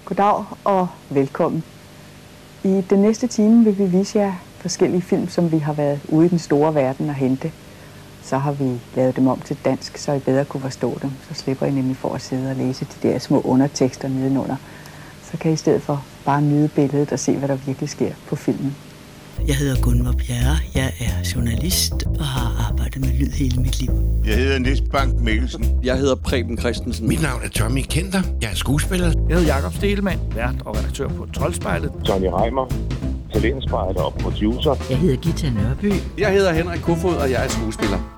Goddag og velkommen. I den næste time vil vi vise jer forskellige film, som vi har været ude i den store verden og hente. Så har vi lavet dem om til dansk, så I bedre kunne forstå dem. Så slipper I nemlig for at sidde og læse de der små undertekster nedenunder. Så kan I i stedet for bare nyde billedet og se, hvad der virkelig sker på filmen. Jeg hedder Gunvor Bjerre. Jeg er journalist og har arbejdet med lyd hele mit liv. Jeg hedder Nis Bank Mikkelsen. Jeg hedder Preben Christensen. Mit navn er Tommy Kenter. Jeg er skuespiller. Jeg hedder Jakob Stegelmann, vært og redaktør på Troldspejlet. Tony Reimer, talentspejder og producer. Jeg hedder Gita Nørby. Jeg hedder Henrik Kofod, og jeg er skuespiller.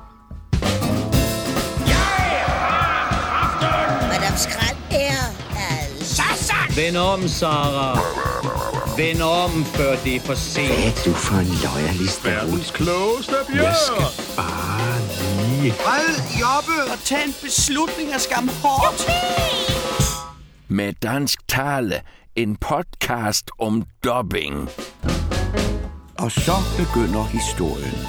Madame Skrald er altså... Vend om, Sarah. Vend om, før det er for sent. Hvad er du for en loyalist? Verdens klogeste bjørn. Jeg skal bare lige... Red, jobbe og tag en beslutning af skam hårdt. Med dansk tale, en podcast om dubbing. Og så begynder historien.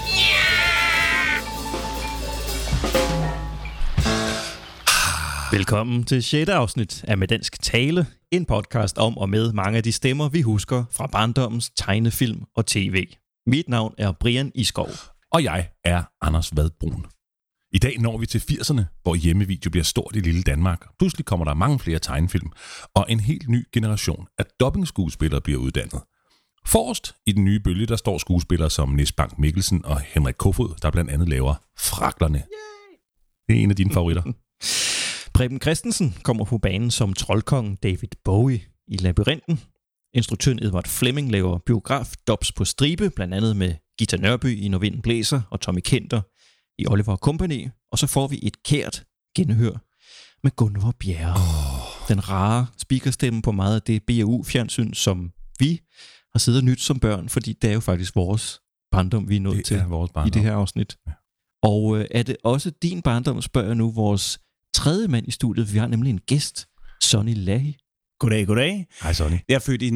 Velkommen til 6. afsnit af Med Dansk Tale, en podcast om og med mange af de stemmer, vi husker fra barndommens tegnefilm og tv. Mit navn er Brian Iskov. Og jeg er Anders Vadbrun. I dag når vi til 80'erne, hvor hjemmevideo bliver stort i lille Danmark. Pludselig kommer der mange flere tegnefilm, og en helt ny generation af dobbingskuespillere bliver uddannet. Forrest i den nye bølge, der står skuespillere som Nis Bank Mikkelsen og Henrik Kofod, der blandt andet laver Fraklerne. Det er en af dine favoritter. Preben Christensen kommer på banen som troldkongen David Bowie i Labyrinten. Instruktøren Edward Fleming laver biograf-dubs på stribe, blandt andet med Gita Nørby i Når Vinden Blæser og Tommy Kenter i Oliver & Company. Og så får vi et kært genhør med Gunvor Bjerre. Den rare speakerstemme på meget af det BAU-fjernsyn, som vi har siddet og nyt som børn, fordi det er jo faktisk vores barndom, vi er nået til i det her afsnit. Ja. Og er det også din barndom, spørger nu vores tredje mand i studiet. Vi har nemlig en gæst, Sonny Lahi. Goddag. Hej Sonny. Jeg er født i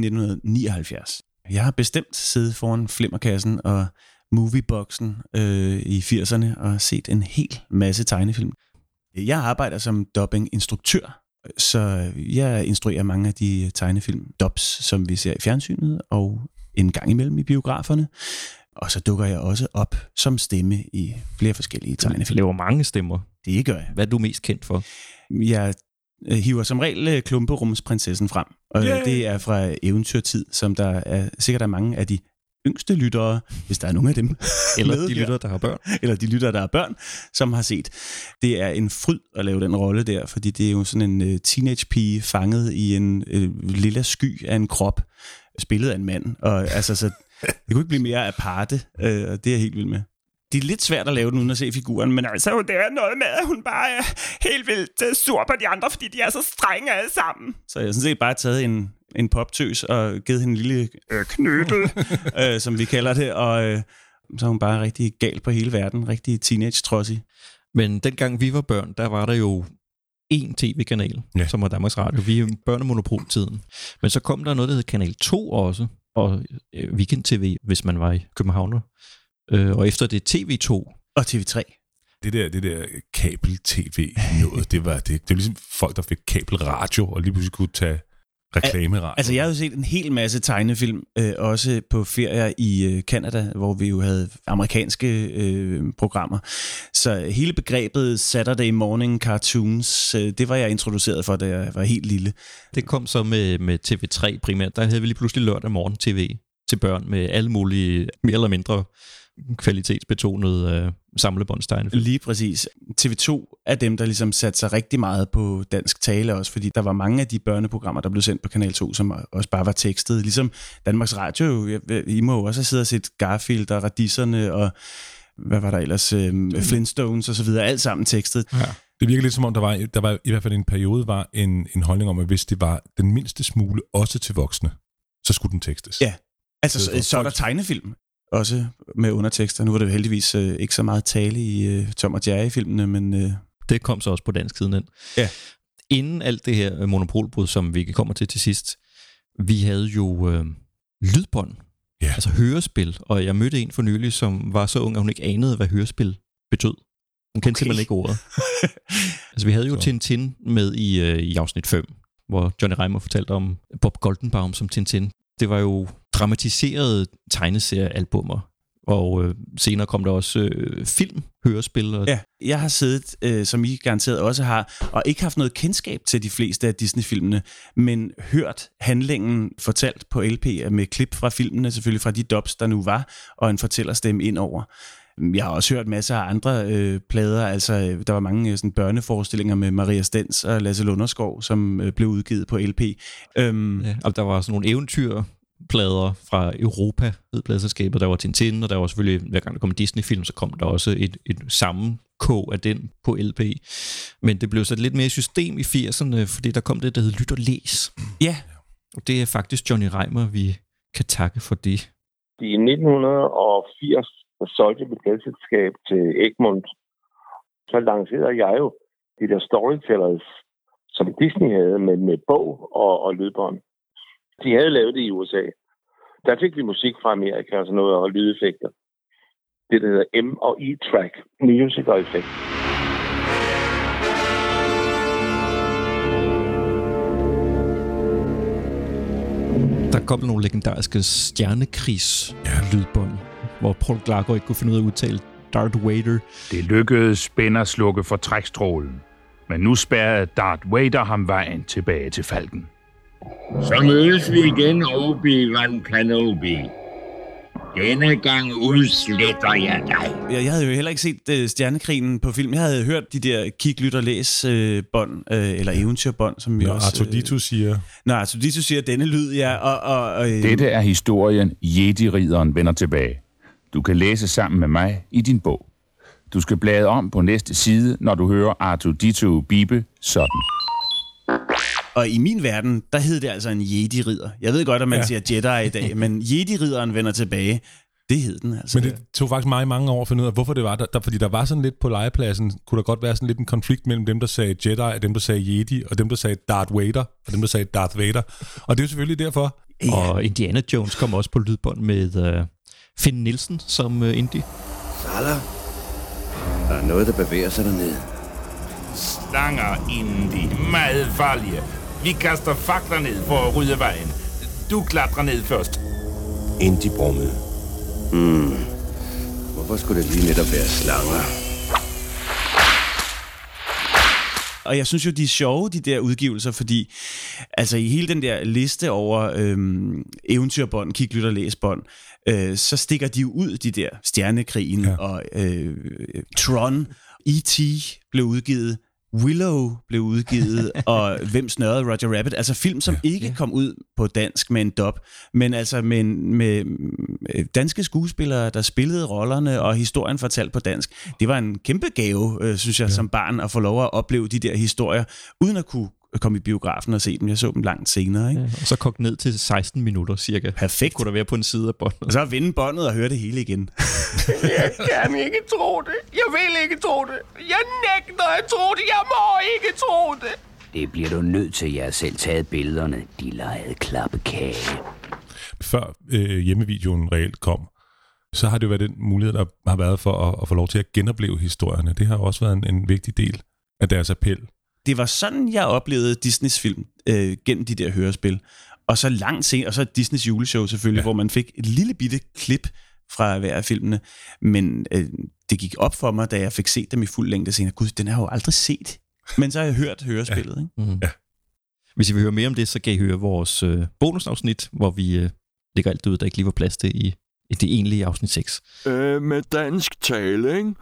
1979. Jeg har bestemt siddet foran flimmerkassen og movieboxen i 80'erne og set en hel masse tegnefilm. Jeg arbejder som dubbing-instruktør, så jeg instruerer mange af de tegnefilm-dubs, som vi ser i fjernsynet og en gang imellem i biograferne. Og så dukker jeg også op som stemme i flere forskellige tegnefilm. Du laver mange stemmer. Det gør jeg. Hvad er du mest kendt for? Jeg hiver som regel Klumperumsprinsessen frem. Og det er fra Eventyrtid, som der er sikkert er mange af de yngste lyttere, hvis der er nogen af dem. Eller de lyttere, der har børn. Eller de lyttere, der har børn, som har set. Det er en fryd at lave den rolle der, fordi det er jo sådan en teenage-pige fanget i en lille sky af en krop, spillet af en mand. Og altså så... Det kunne ikke blive mere aparte, og det er jeg helt vild med. Det er lidt svært at lave den uden at se figuren, men altså, det er noget med, at hun bare er helt vildt sur på de andre, fordi de er så strenge alle sammen. Så jeg har sådan set bare taget en poptøs og givet hende en lille knyttel, som vi kalder det, og så er hun bare rigtig gal på hele verden, rigtig teenage-trodsig. Men dengang vi var børn, der var der jo én tv-kanal, som var Danmarks Radio. Vi er børnemonopoltiden. Men så kom der noget, der hed Kanal 2 også, og Weekend TV, hvis man var i København. Og efter det TV2 og TV3. Det der kabel-tv noget, det var ligesom folk, der fik kabelradio og lige pludselig kunne tage reklameradio. Altså jeg har jo set en hel masse tegnefilm, også på ferier i Canada, hvor vi jo havde amerikanske programmer. Så hele begrebet Saturday Morning Cartoons, det var jeg introduceret for, da jeg var helt lille. Det kom så med TV3 primært. Der havde vi lige pludselig lørdag morgen tv til børn med alle mulige mere eller mindre kvalitetsbetonede samlebåndstegnefilm. Lige præcis. TV2 er dem, der ligesom satte sig rigtig meget på dansk tale også, fordi der var mange af de børneprogrammer, der blev sendt på Kanal 2, som også bare var tekstet. Ligesom Danmarks Radio, I må jo også have siddet og set Garfield og Radisserne og hvad var der ellers, Flintstones og så videre, alt sammen tekstet. Ja. Det virker lidt som om, der var i hvert fald en periode, var en holdning om, at hvis det var den mindste smule også til voksne, så skulle den tekstes. Ja, altså så er der tegnefilm. Også med undertekster. Nu var det heldigvis ikke så meget tale i Tom og Jerry-filmene, men... Det kom så også på dansk siden. Ja. Inden alt det her monopolbrud, som vi kommer til sidst, vi havde jo lydbånd, altså hørespil, og jeg mødte en for nylig, som var så ung, at hun ikke anede, hvad hørespil betød. Hun kendte simpelthen ikke ordet. Altså vi havde jo Tintin med i afsnit 5. hvor Johnny Reimer fortalte om Bob Goldenbaum som Tintin. Det var jo dramatiserede tegneseriealbummer, og senere kom der også film, hørespil. Og... Ja, jeg har siddet, som I garanteret også har, og ikke haft noget kendskab til de fleste af Disney-filmene, men hørt handlingen fortalt på LP med klip fra filmene, selvfølgelig fra de dubs, der nu var, og en fortællerstemme indover. Jeg har også hørt masser af andre plader, altså der var mange sådan, børneforestillinger med Maria Stens og Lasse Lunderskov, som blev udgivet på LP. Ja, og der var sådan nogle eventyrplader fra Europa, pladselskabet, der var Tintin, og der var selvfølgelig, hver gang der kom en Disney-film, så kom der også et sammenkog af den på LP. Men det blev sat lidt mere i system i 80'erne, fordi der kom det, der hed Lyt og Læs. Ja. Og det er faktisk Johnny Reimer, vi kan takke for det. I 1980 solgte mit pladselskab til Egmont, så lancerede jeg jo de der storytellers, som Disney havde med bog og lydbånd. De havde lavet det i USA. Der fik vi musik fra Amerika og sådan noget, og lydeffekter. Det der hedder M&E-track, music og effekt. Der kom nogle legendariske stjernekrigs-lydbånd, hvor Paul Glargaard ikke kunne finde ud af at udtale Darth Vader. Det lykkedes Ben at slukke for trækstrålen, men nu spærrede Darth Vader ham vejen tilbage til Falken. Så mødes vi igen, Obi-Wan Kenobi. Denne gang udsletter jeg dig. Jeg havde jo heller ikke set Stjernekrigen på film. Jeg havde hørt de der kig, lyt og læs bånd, eller eventyrbånd, som vi også... Artudito siger... Når Artudito siger denne lyd, ja. Dette er historien Jedi-ridderen vender tilbage. Du kan læse sammen med mig i din bog. Du skal bladre om på næste side, når du hører Artudito bibe sådan. Og i min verden, der hed det altså en Jedi-ridder. Jeg ved godt, at man siger Jedi i dag, men Jedi-ridderen vender tilbage. Det hed den altså. Men det tog faktisk mig mange år at finde ud af, hvorfor det var der. Fordi der var sådan lidt på legepladsen, kunne der godt være sådan lidt en konflikt mellem dem, der sagde Jedi, og dem, der sagde Jedi, og dem, der sagde Darth Vader, og dem, der sagde Darth Vader. Og det er jo selvfølgelig derfor. Ja. Og Indiana Jones kom også på lydbånd med Finn Nielsen som Indy. Salah, der er noget, der bevæger sig dernede. Slanger, Indy. Meget farlige. Vi kaster fakler ned for at rydde vejen. Du klatrer ned først. Indy brummede. Hvorfor skulle det lige netop være slanger? Og jeg synes jo, de er sjove, de der udgivelser, fordi altså i hele den der liste over eventyrbånd, kig, lyt og læs bånd, så stikker de jo ud, de der Stjernekrigen og Tron, E.T. blev udgivet, Willow blev udgivet, og Hvem snørrede Roger Rabbit? Altså film, som ikke kom ud på dansk med en dub, men altså med danske skuespillere, der spillede rollerne, og historien fortalt på dansk. Det var en kæmpe gave, synes jeg, som barn, at få lov at opleve de der historier, uden at kunne komme i biografen og se dem. Jeg så dem langt senere. Ikke? Ja, og så kogt ned til 16 minutter cirka. Perfekt. Kunne der være på en side af båndet. Og så vinde båndet og høre det hele igen. Jeg kan ikke tro det. Jeg vil ikke tro det. Jeg nægter at tro det. Jeg må ikke tro det. Det bliver du nødt til, jeg har selv taget billederne. De legede klappekage. Før hjemmevideoen reelt kom, så har det jo været den mulighed, der har været for at få lov til at genopleve historierne. Det har også været en vigtig del af deres appel. Det var sådan, jeg oplevede Disneys film gennem de der hørespil. Og så langt senere, og så Disneys juleshow selvfølgelig, hvor man fik et lille bitte klip fra hver af filmene. Men det gik op for mig, da jeg fik set dem i fuld længde senere. Gud, den har jeg jo aldrig set. Men så har jeg hørt hørespillet. Ikke? Mm-hmm. Ja. Hvis I vil høre mere om det, så kan I høre vores bonusafsnit, hvor vi lægger alt ud, der ikke lige var plads til i det egentlige afsnit 6. Med dansk tale, ikke?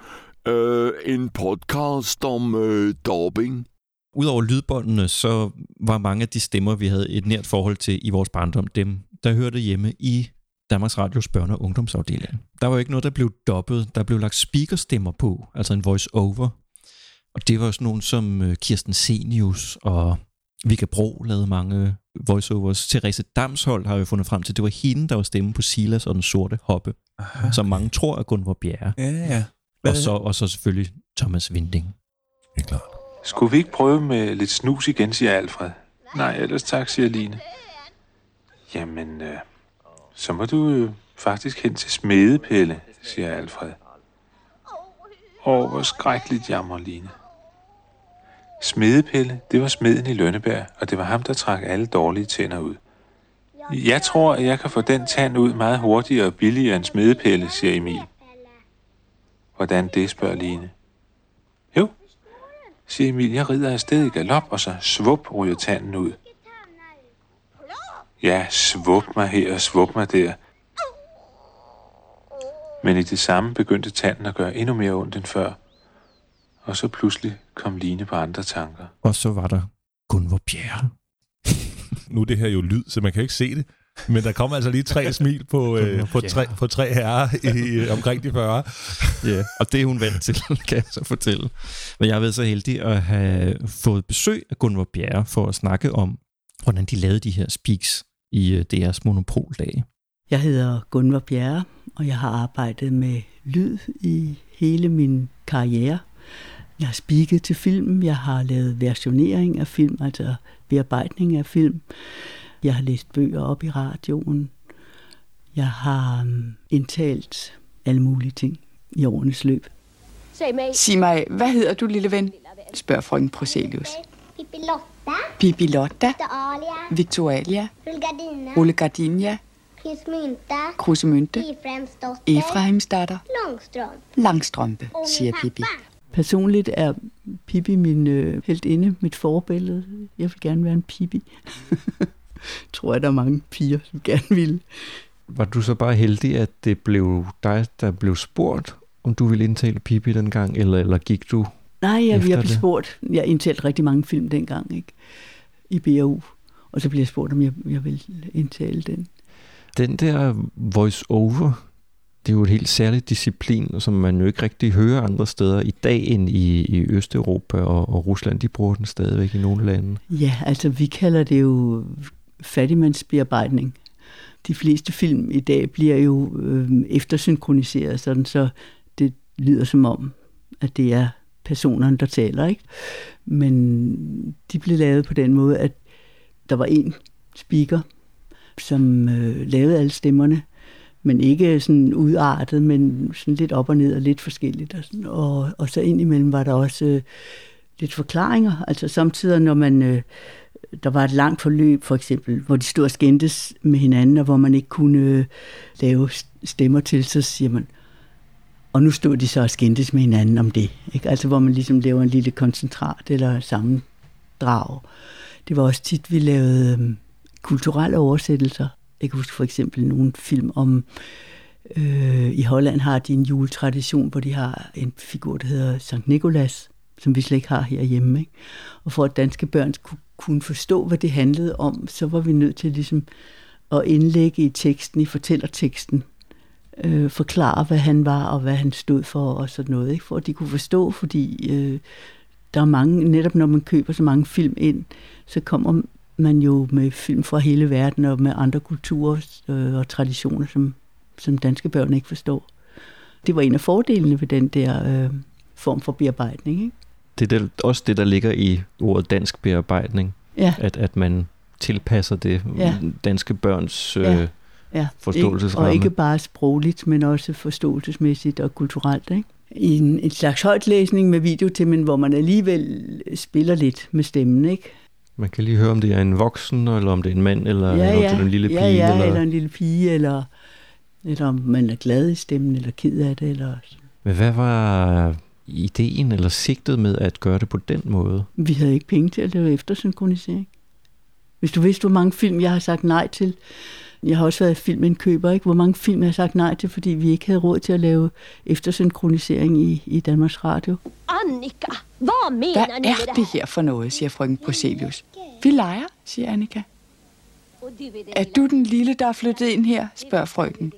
En podcast om dubbing. Udover lydbåndene, så var mange af de stemmer, vi havde et nært forhold til i vores barndom, dem, der hørte hjemme i Danmarks Radios børne- og ungdomsafdeling. Der var jo ikke noget, der blev dubbet. Der blev lagt speakerstemmer på, altså en voice-over. Og det var jo sådan nogen som Kirsten Senius og Vika Bro lavede mange voiceovers. Therese Damsholdt har jo fundet frem til, det var hende, der var stemme på Silas og den sorte hoppe, som mange tror er Gunvor Bjerre. Ja. Og så selvfølgelig Thomas Winding. Det er klart. Skulle vi ikke prøve med lidt snus igen, siger Alfred. Nej, ellers tak, siger Line. Jamen, så må du faktisk hen til Smedepelle, siger Alfred. Hvor skrækkeligt jammer Line. Smedepelle, det var smeden i Lønneberg, og det var ham, der trak alle dårlige tænder ud. Jeg tror, at jeg kan få den tand ud meget hurtigere og billigere end Smedepelle, siger Emil. Hvordan det, spørger Line. Jo, siger Emil, jeg rider afsted i galop, og så svup ryger tanden ud. Ja, svup mig her og svup mig der. Men i det samme begyndte tanden at gøre endnu mere ondt end før. Og så pludselig kom Line på andre tanker. Og så var der Gunvor Bjerre. Nu er det her jo lyd, så man kan ikke se det. Men der kommer altså lige 3 smil på 3 herrer omkring de 40. Ja, og det er hun vant til, kan jeg så fortælle. Men jeg har været så heldig at have fået besøg af Gunvor Bjerre for at snakke om, hvordan de lavede de her speaks i deres Monopol-dage. Jeg hedder Gunvor Bjerre, og jeg har arbejdet med lyd i hele min karriere. Jeg har speaket til film, jeg har lavet versionering af film, altså bearbejdning af film. Jeg har læst bøger op i radioen. Jeg har indtalt alle mulige ting i årenes løb. Sig mig, hvad hedder du, lille ven? Spørger frøken Proselius. Pippi Lotta. Victoria. Rullegardinia. Krusemynte. Efraimsdatter. Langstrømpe, siger Pippi. Personligt er Pippi min heltinde, mit forbillede. Jeg vil gerne være en Pippi. Tror jeg, der er mange piger, som gerne ville. Var du så bare heldig, at det blev dig, der blev spurgt, om du ville indtale Pippi dengang, eller gik du? Nej, jeg blev spurgt. Jeg indtalte rigtig mange film dengang, ikke? I BAU. Og så blev jeg spurgt, om jeg ville indtale den. Den der voice-over, det er jo et helt særligt disciplin, som man jo ikke rigtig hører andre steder i dag end i Østeuropa og Rusland. De bruger den stadigvæk i nogle lande. Ja, altså vi kalder det jo fattigmandsbearbejdning. De fleste film i dag bliver jo eftersynkroniseret, sådan så det lyder som om, at det er personerne, der taler, ikke? Men de blev lavet på den måde, at der var en speaker, som lavede alle stemmerne, men ikke sådan udartet, men sådan lidt op og ned og lidt forskelligt. Og, sådan. Og så indimellem var der også lidt forklaringer. Altså samtidig, når man der var et langt forløb, for eksempel, hvor de stod og skændtes med hinanden, og hvor man ikke kunne lave stemmer til, så siger man, og nu stod de så og skændtes med hinanden om det. Ikke? Altså hvor man ligesom laver en lille koncentrat eller sammendrag. Det var også tit, vi lavede kulturelle oversættelser. Jeg kan huske for eksempel nogle film om, i Holland har de en juletradition, hvor de har en figur, der hedder Sankt Nikolas, som vi slet ikke har herhjemme. Ikke? Og for at danske børn kunne forstå, hvad det handlede om, så var vi nødt til ligesom at indlægge i teksten, i fortællerteksten, forklare, hvad han var og hvad han stod for og sådan noget, ikke? For at de kunne forstå, fordi der er mange, netop når man køber så mange film ind, så kommer man jo med film fra hele verden og med andre kulturer og traditioner, som danske børn ikke forstår. Det var en af fordelene ved den der form for bearbejdning, ikke? Det er også det, der ligger i ordet dansk bearbejdning, ja. At man tilpasser det danske børns forståelsesramme. Og ikke bare sprogligt, men også forståelsesmæssigt og kulturelt, ikke? I en slags højtlæsning med video til, men hvor man alligevel spiller lidt med stemmen, ikke? Man kan lige høre, om det er en voksen, eller om det er en mand, eller om det er en lille pige. Ja, eller en lille pige, eller om man er glad i stemmen, eller ked af det. Eller... Men hvad var ideen eller sigtet med at gøre det på den måde? Vi havde ikke penge til at lave eftersynkronisering. Hvis du vidste, hvor mange film jeg har sagt nej til. Jeg har også været filmindkøber, ikke? Hvor mange film jeg har sagt nej til, fordi vi ikke havde råd til at lave eftersynkronisering i Danmarks Radio. Annika, hvad mener Hvad er det her for noget, siger frøken Proselius. Vi leger, siger Annika. Er du den lille, der er flyttet ind her, spørger frøken.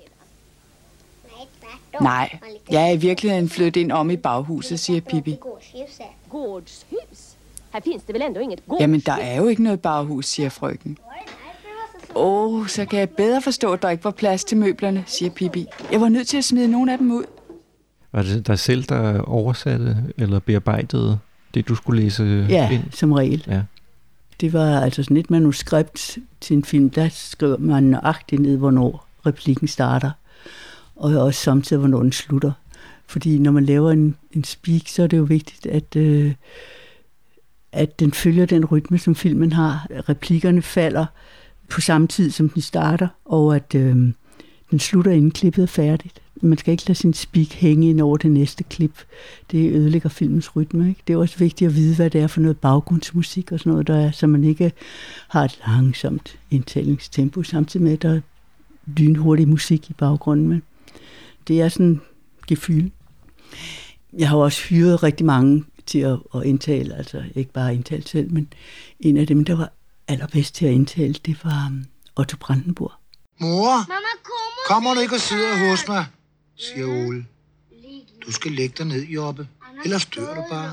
Nej, jeg er i virkeligheden flyttet ind om i baghuset, siger Pippi. Gårdshus? Her finns det vel ändå inget gårdshus? Jamen, der er jo ikke noget baghus, siger frøken. Så kan jeg bedre forstå, at der ikke var plads til møblerne, siger Pippi. Jeg var nødt til at smide nogle af dem ud. Var det dig selv, der oversatte eller bearbejdede det, du skulle læse ind? Ja, som regel. Ja. Det var altså sådan et manuskript til en film, der skriver man nøjagtigt ned, hvornår replikken starter, og også samtidig, hvornår den slutter. Fordi når man laver en speak, så er det jo vigtigt, at den følger den rytme, som filmen har. Replikkerne falder på samme tid, som den starter, og at den slutter, inden klippet er færdigt. Man skal ikke lade sin speak hænge ind over det næste klip. Det ødelægger filmens rytme. Ikke? Det er også vigtigt at vide, hvad det er for noget baggrundsmusik og sådan noget, der er, så man ikke har et langsomt indtalingstempo, samtidig med, at der er lynhurtig musik i baggrunden. Men det er sådan gefyld. Jeg har også hyret rigtig mange til at indtale, altså ikke bare indtale selv, men en af dem, der var allerbedst til at indtale, det var Otto Brandenburg. Mor, kommer du ikke og sidder hos mig, siger Ole. Du skal lægge dig ned, Jobbe, ellers dør du bare.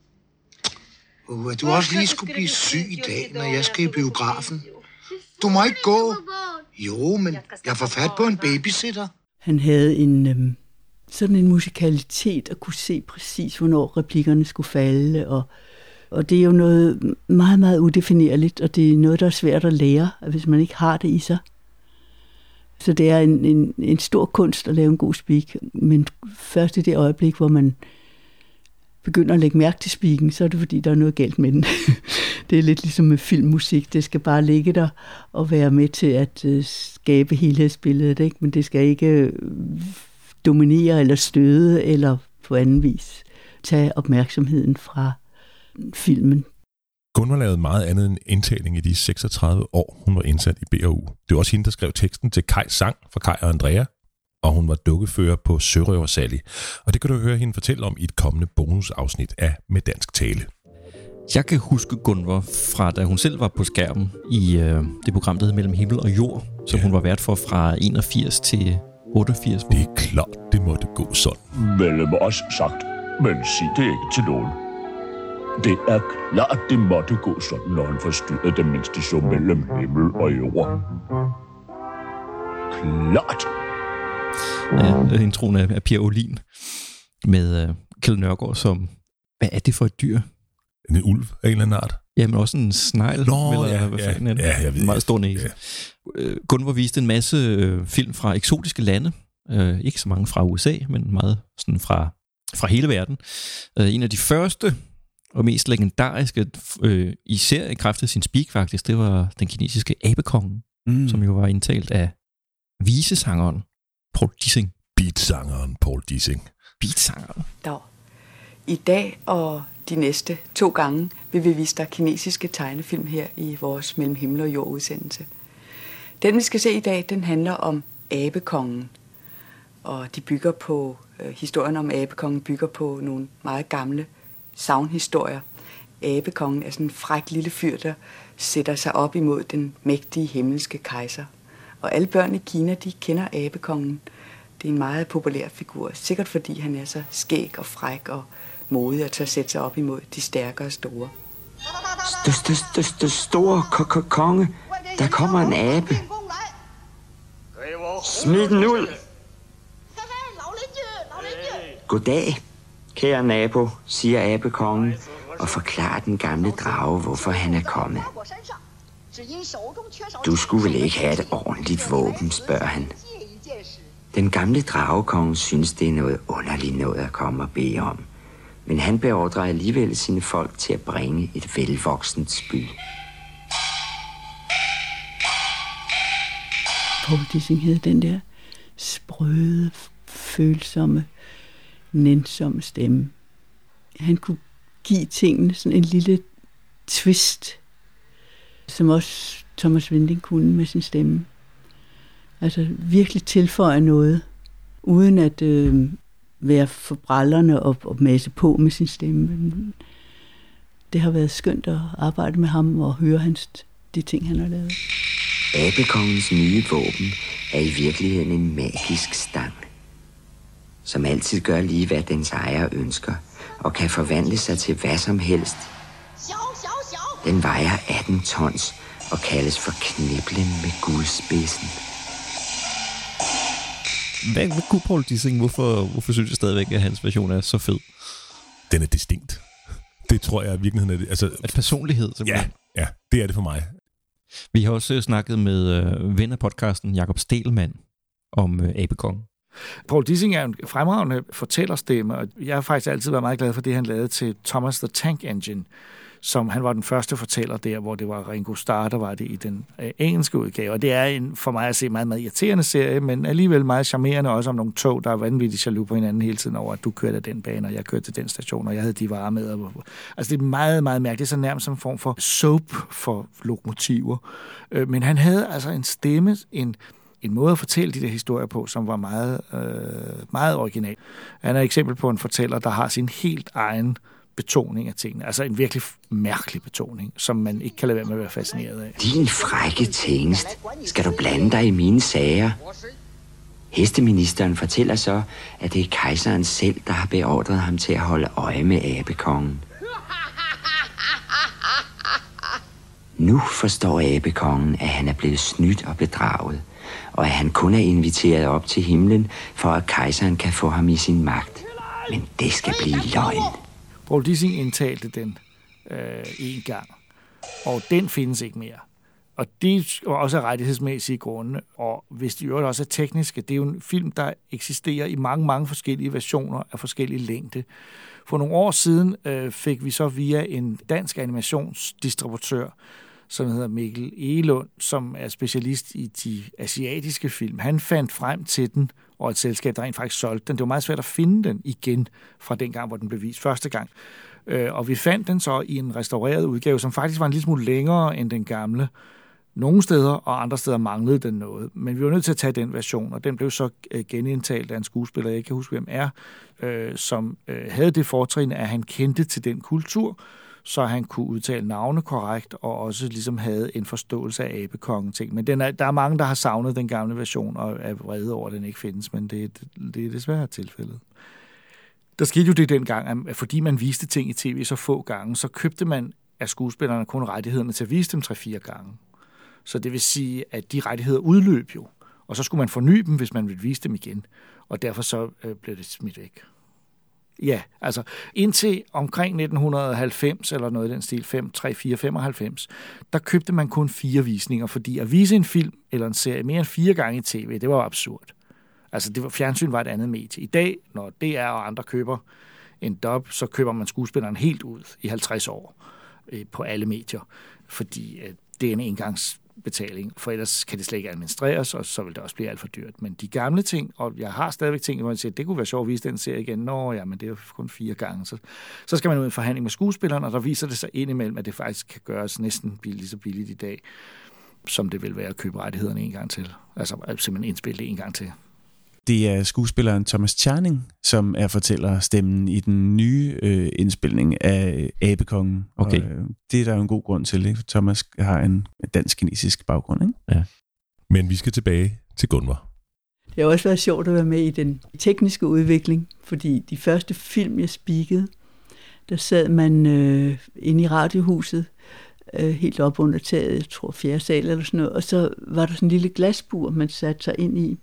At du også lige skulle blive syg i dag, når jeg skal i biografen. Du må ikke gå. Jo, men jeg får fat på en babysitter. Han havde sådan en musikalitet at kunne se præcis, hvornår replikkerne skulle falde, og det er jo noget meget, meget udefinerligt, og det er noget, der er svært at lære, hvis man ikke har det i sig. Så det er en stor kunst at lave en god speak, men først i det øjeblik, hvor man begynder at lægge mærke til speaken, så er det fordi, der er noget galt med den. Det er lidt ligesom med filmmusik. Det skal bare ligge der og være med til at skabe helhedsbilledet, ikke? Men det skal ikke dominere eller støde eller på anden vis tage opmærksomheden fra filmen. Gunvor lavede meget andet end indtaling i de 36 år, hun var indsat i B&U. Det var også hende, der skrev teksten til Kajs sang fra Kaj og Andrea, og hun var dukkefører på Sørøver Sally. Og det kan du høre hende fortælle om i et kommende bonusafsnit af Med Dansk Tale. Jeg kan huske Gunvor fra, da hun selv var på skærmen i det program, der hed Mellem Himmel og Jord, som hun var vært for fra 81 til 88. Det er klart, det måtte gå sådan. Mellem os sagt, men sig det ikke til nogen. Det er klart, det måtte gå sådan, når han forstyrrede det mindste så mellem himmel og jord. Klart. Ja, introen af Per Olin med Kjeld Nørgaard som, hvad er det for et dyr? En ulv af en eller anden art. Ja, men også en snegl. Ja, jeg ved. En meget stor næse. Ja. Gunvor viste en masse film fra eksotiske lande. Ikke så mange fra USA, men meget sådan fra hele verden. En af de første og mest legendariske, især i kraft af sin speak faktisk, det var den kinesiske abekongen, som jo var indtalt af visesangeren Paul Dissing. Beatsangeren Paul Dissing. Beatsangeren. I dag og de næste 2 gange vil vi vise dig kinesiske tegnefilm her i vores Mellem Himmel og Jord udsendelse. Den vi skal se i dag, den handler om abekongen. Og de bygger på, historien om abekongen bygger på nogle meget gamle sagnhistorier. Abekongen er sådan en fræk lille fyr, der sætter sig op imod den mægtige himmelske kejser. Og alle børn i Kina, de kender abekongen. Det er en meget populær figur, sikkert fordi han er så skæg og fræk og modig at tage sætte sig op imod de stærke og store. Store konge, der kommer en abe. Smid den ud. Goddag, kære nabo, siger abekongen og forklarer den gamle drage, hvorfor han er kommet. Du skulle vel ikke have et ordentligt våben, spørger han. Den gamle dragekonge synes, det er noget underligt noget at komme og bede om. Men han beordrer alligevel sine folk til at bringe et velvoksent spyd. Paul Dissing hed den der sprøde, følsomme, nænsomme stemme. Han kunne give tingene sådan en lille twist, som også Thomas Winding kunne med sin stemme. Altså virkelig tilføje noget, uden at være for brallerne og mase på med sin stemme. Det har været skønt at arbejde med ham og høre de ting, han har lavet. Abekongens nye våben er i virkeligheden en magisk stang, som altid gør lige, hvad dens ejer ønsker, og kan forvandle sig til hvad som helst. Den vejer 18 tons og kaldes for kniblen med guldspidsen. Hvad kunne Paul Dissing? Hvorfor synes jeg stadigvæk, at hans version er så fed? Den er distinkt. Det tror jeg i virkeligheden er det. Altså, at personlighed, simpelthen. Ja, det er det for mig. Vi har også snakket med ven af podcasten, Jakob Stelmann, om abekongen. Paul Dissing er en fremragende fortællerstemme, og jeg har faktisk altid været meget glad for det, han lavede til Thomas the Tank Engine, som han var den første fortæller der, hvor det var Ringo Starr, der var det i den engelske udgave. Og det er for mig at se meget, meget irriterende serie, men alligevel meget charmerende også om nogle tog, der er vanvittigt jaloux på hinanden hele tiden over, at du kørte af den bane, og jeg kørte til den station, og jeg havde de varer med. Altså det er meget, meget mærkeligt. Det er så nærmest som en form for soap for lokomotiver. Men han havde altså en stemme, en måde at fortælle de der historier på, som var meget, meget original. Han er et eksempel på en fortæller, der har sin helt egen betoning af tingene. Altså en virkelig mærkelig betoning, som man ikke kan lade være med at være fascineret af. Din frække tingest. Skal du blande dig i mine sager? Hesteministeren fortæller så, at det er kejseren selv, der har beordret ham til at holde øje med abekongen. Nu forstår abekongen, at han er blevet snydt og bedraget, og at han kun er inviteret op til himlen, for at kejseren kan få ham i sin magt. Men det skal blive løgn. Paul Dissing indtalte den en gang, og den findes ikke mere. Og det er også af rettighedsmæssige grunde, og hvis det jo også er tekniske, det er jo en film, der eksisterer i mange, mange forskellige versioner af forskellige længde. For nogle år siden fik vi så via en dansk animationsdistributør, som hedder Mikkel Egelund, som er specialist i de asiatiske film. Han fandt frem til den, og et selskab, der rent faktisk solgte den. Det var meget svært at finde den igen fra den gang, hvor den blev vist første gang. Og vi fandt den så i en restaureret udgave, som faktisk var en lille smule længere end den gamle. Nogle steder, og andre steder manglede den noget. Men vi var nødt til at tage den version, og den blev så genindtalt af en skuespiller, jeg ikke kan huske, hvem er, som havde det fortrin, at han kendte til den kultur, så han kunne udtale navne korrekt, og også ligesom havde en forståelse af abekongen-ting. Men der er mange, der har savnet den gamle version, og er vrede over, at den ikke findes, men det er desværre tilfældet. Der skete jo det dengang, at fordi man viste ting i tv så få gange, så købte man af skuespillerne kun rettighederne til at vise dem 3-4 gange. Så det vil sige, at de rettigheder udløb jo, og så skulle man forny dem, hvis man ville vise dem igen, og derfor så blev det smidt væk. Ja, altså indtil omkring 1990 eller noget i den stil, 95, der købte man kun 4 visninger, fordi at vise en film eller en serie mere end 4 gange i tv, det var absurd. Altså fjernsyn var et andet medie. I dag, når DR og andre køber en dub, så køber man skuespilleren helt ud i 50 år på alle medier, fordi det er en engangsbetaling, for ellers kan det slet ikke administreres, og så vil det også blive alt for dyrt. Men de gamle ting, og jeg har stadigvæk ting, hvor jeg siger, det kunne være sjovt at vise den serie igen. Nå ja, men det er jo kun 4 gange. Så skal man ud i en forhandling med skuespilleren, og der viser det sig indimellem, at det faktisk kan gøres næsten lige så billigt i dag, som det vil være at købe rettighederne en gang til. Altså simpelthen indspille det en gang til. Det er skuespilleren Thomas Tjerning, som er fortællerstemmen i den nye indspilning af Abekongen. Okay. Og, det er der jo en god grund til, ikke? Thomas har en dansk-kinesisk baggrund, ikke? Ja. Men vi skal tilbage til Gunvor. Det har også været sjovt at være med i den tekniske udvikling, fordi de første film, jeg spikkede, der sad man inde i radiohuset, helt op under taget, jeg tror 4. sal eller sådan noget, og så var der sådan en lille glasbur, man satte sig ind i.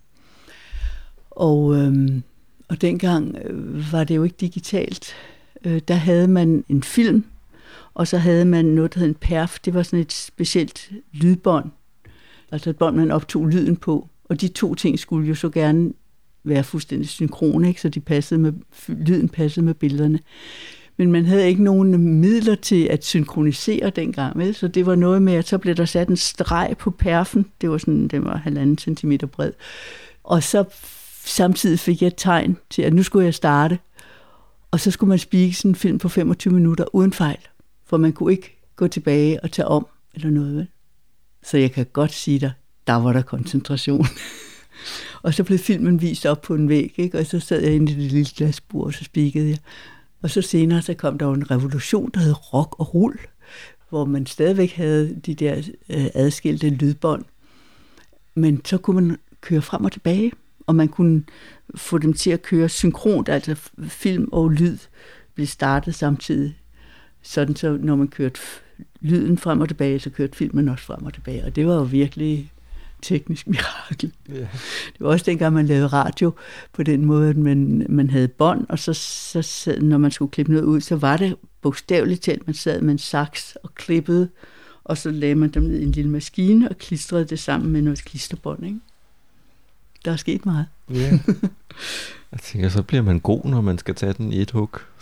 Og dengang var det jo ikke digitalt. Der havde man en film, og så havde man noget, der hed en perf. Det var sådan et specielt lydbånd. Altså et bånd, man optog lyden på. Og de 2 ting skulle jo så gerne være fuldstændig synkrone, ikke? Så lyden passede med billederne. Men man havde ikke nogen midler til at synkronisere dengang, vel? Så det var noget med, at så blev der sat en streg på perfen. Det var 1,5 centimeter bred. Og så samtidig fik jeg et tegn til, at nu skulle jeg starte. Og så skulle man spikke sådan en film på 25 minutter uden fejl. For man kunne ikke gå tilbage og tage om eller noget. Vel? Så jeg kan godt sige dig, der var der koncentration. Og så blev filmen vist op på en væg, ikke? Og så sad jeg inde i det lille glasbur, og så spikkede jeg. Og så senere så kom der jo en revolution, der hed rock og rull, hvor man stadigvæk havde de der adskilte lydbånd. Men så kunne man køre frem og tilbage, og man kunne få dem til at køre synkront, altså film og lyd blev startet samtidig. Sådan så når man kørte lyden frem og tilbage, så kørte filmen også frem og tilbage. Og det var jo virkelig teknisk mirakel. Yeah. Det var også dengang, man lavede radio på den måde, at man havde bånd, og så sad, når man skulle klippe noget ud, så var det bogstaveligt talt, man sad med en saks og klippede, og så lagde man dem ned i en lille maskine og klistrede det sammen med noget klisterbånd, ikke? Der er sket meget. Ja. Jeg tænker, så bliver man god, når man skal tage den i et hug.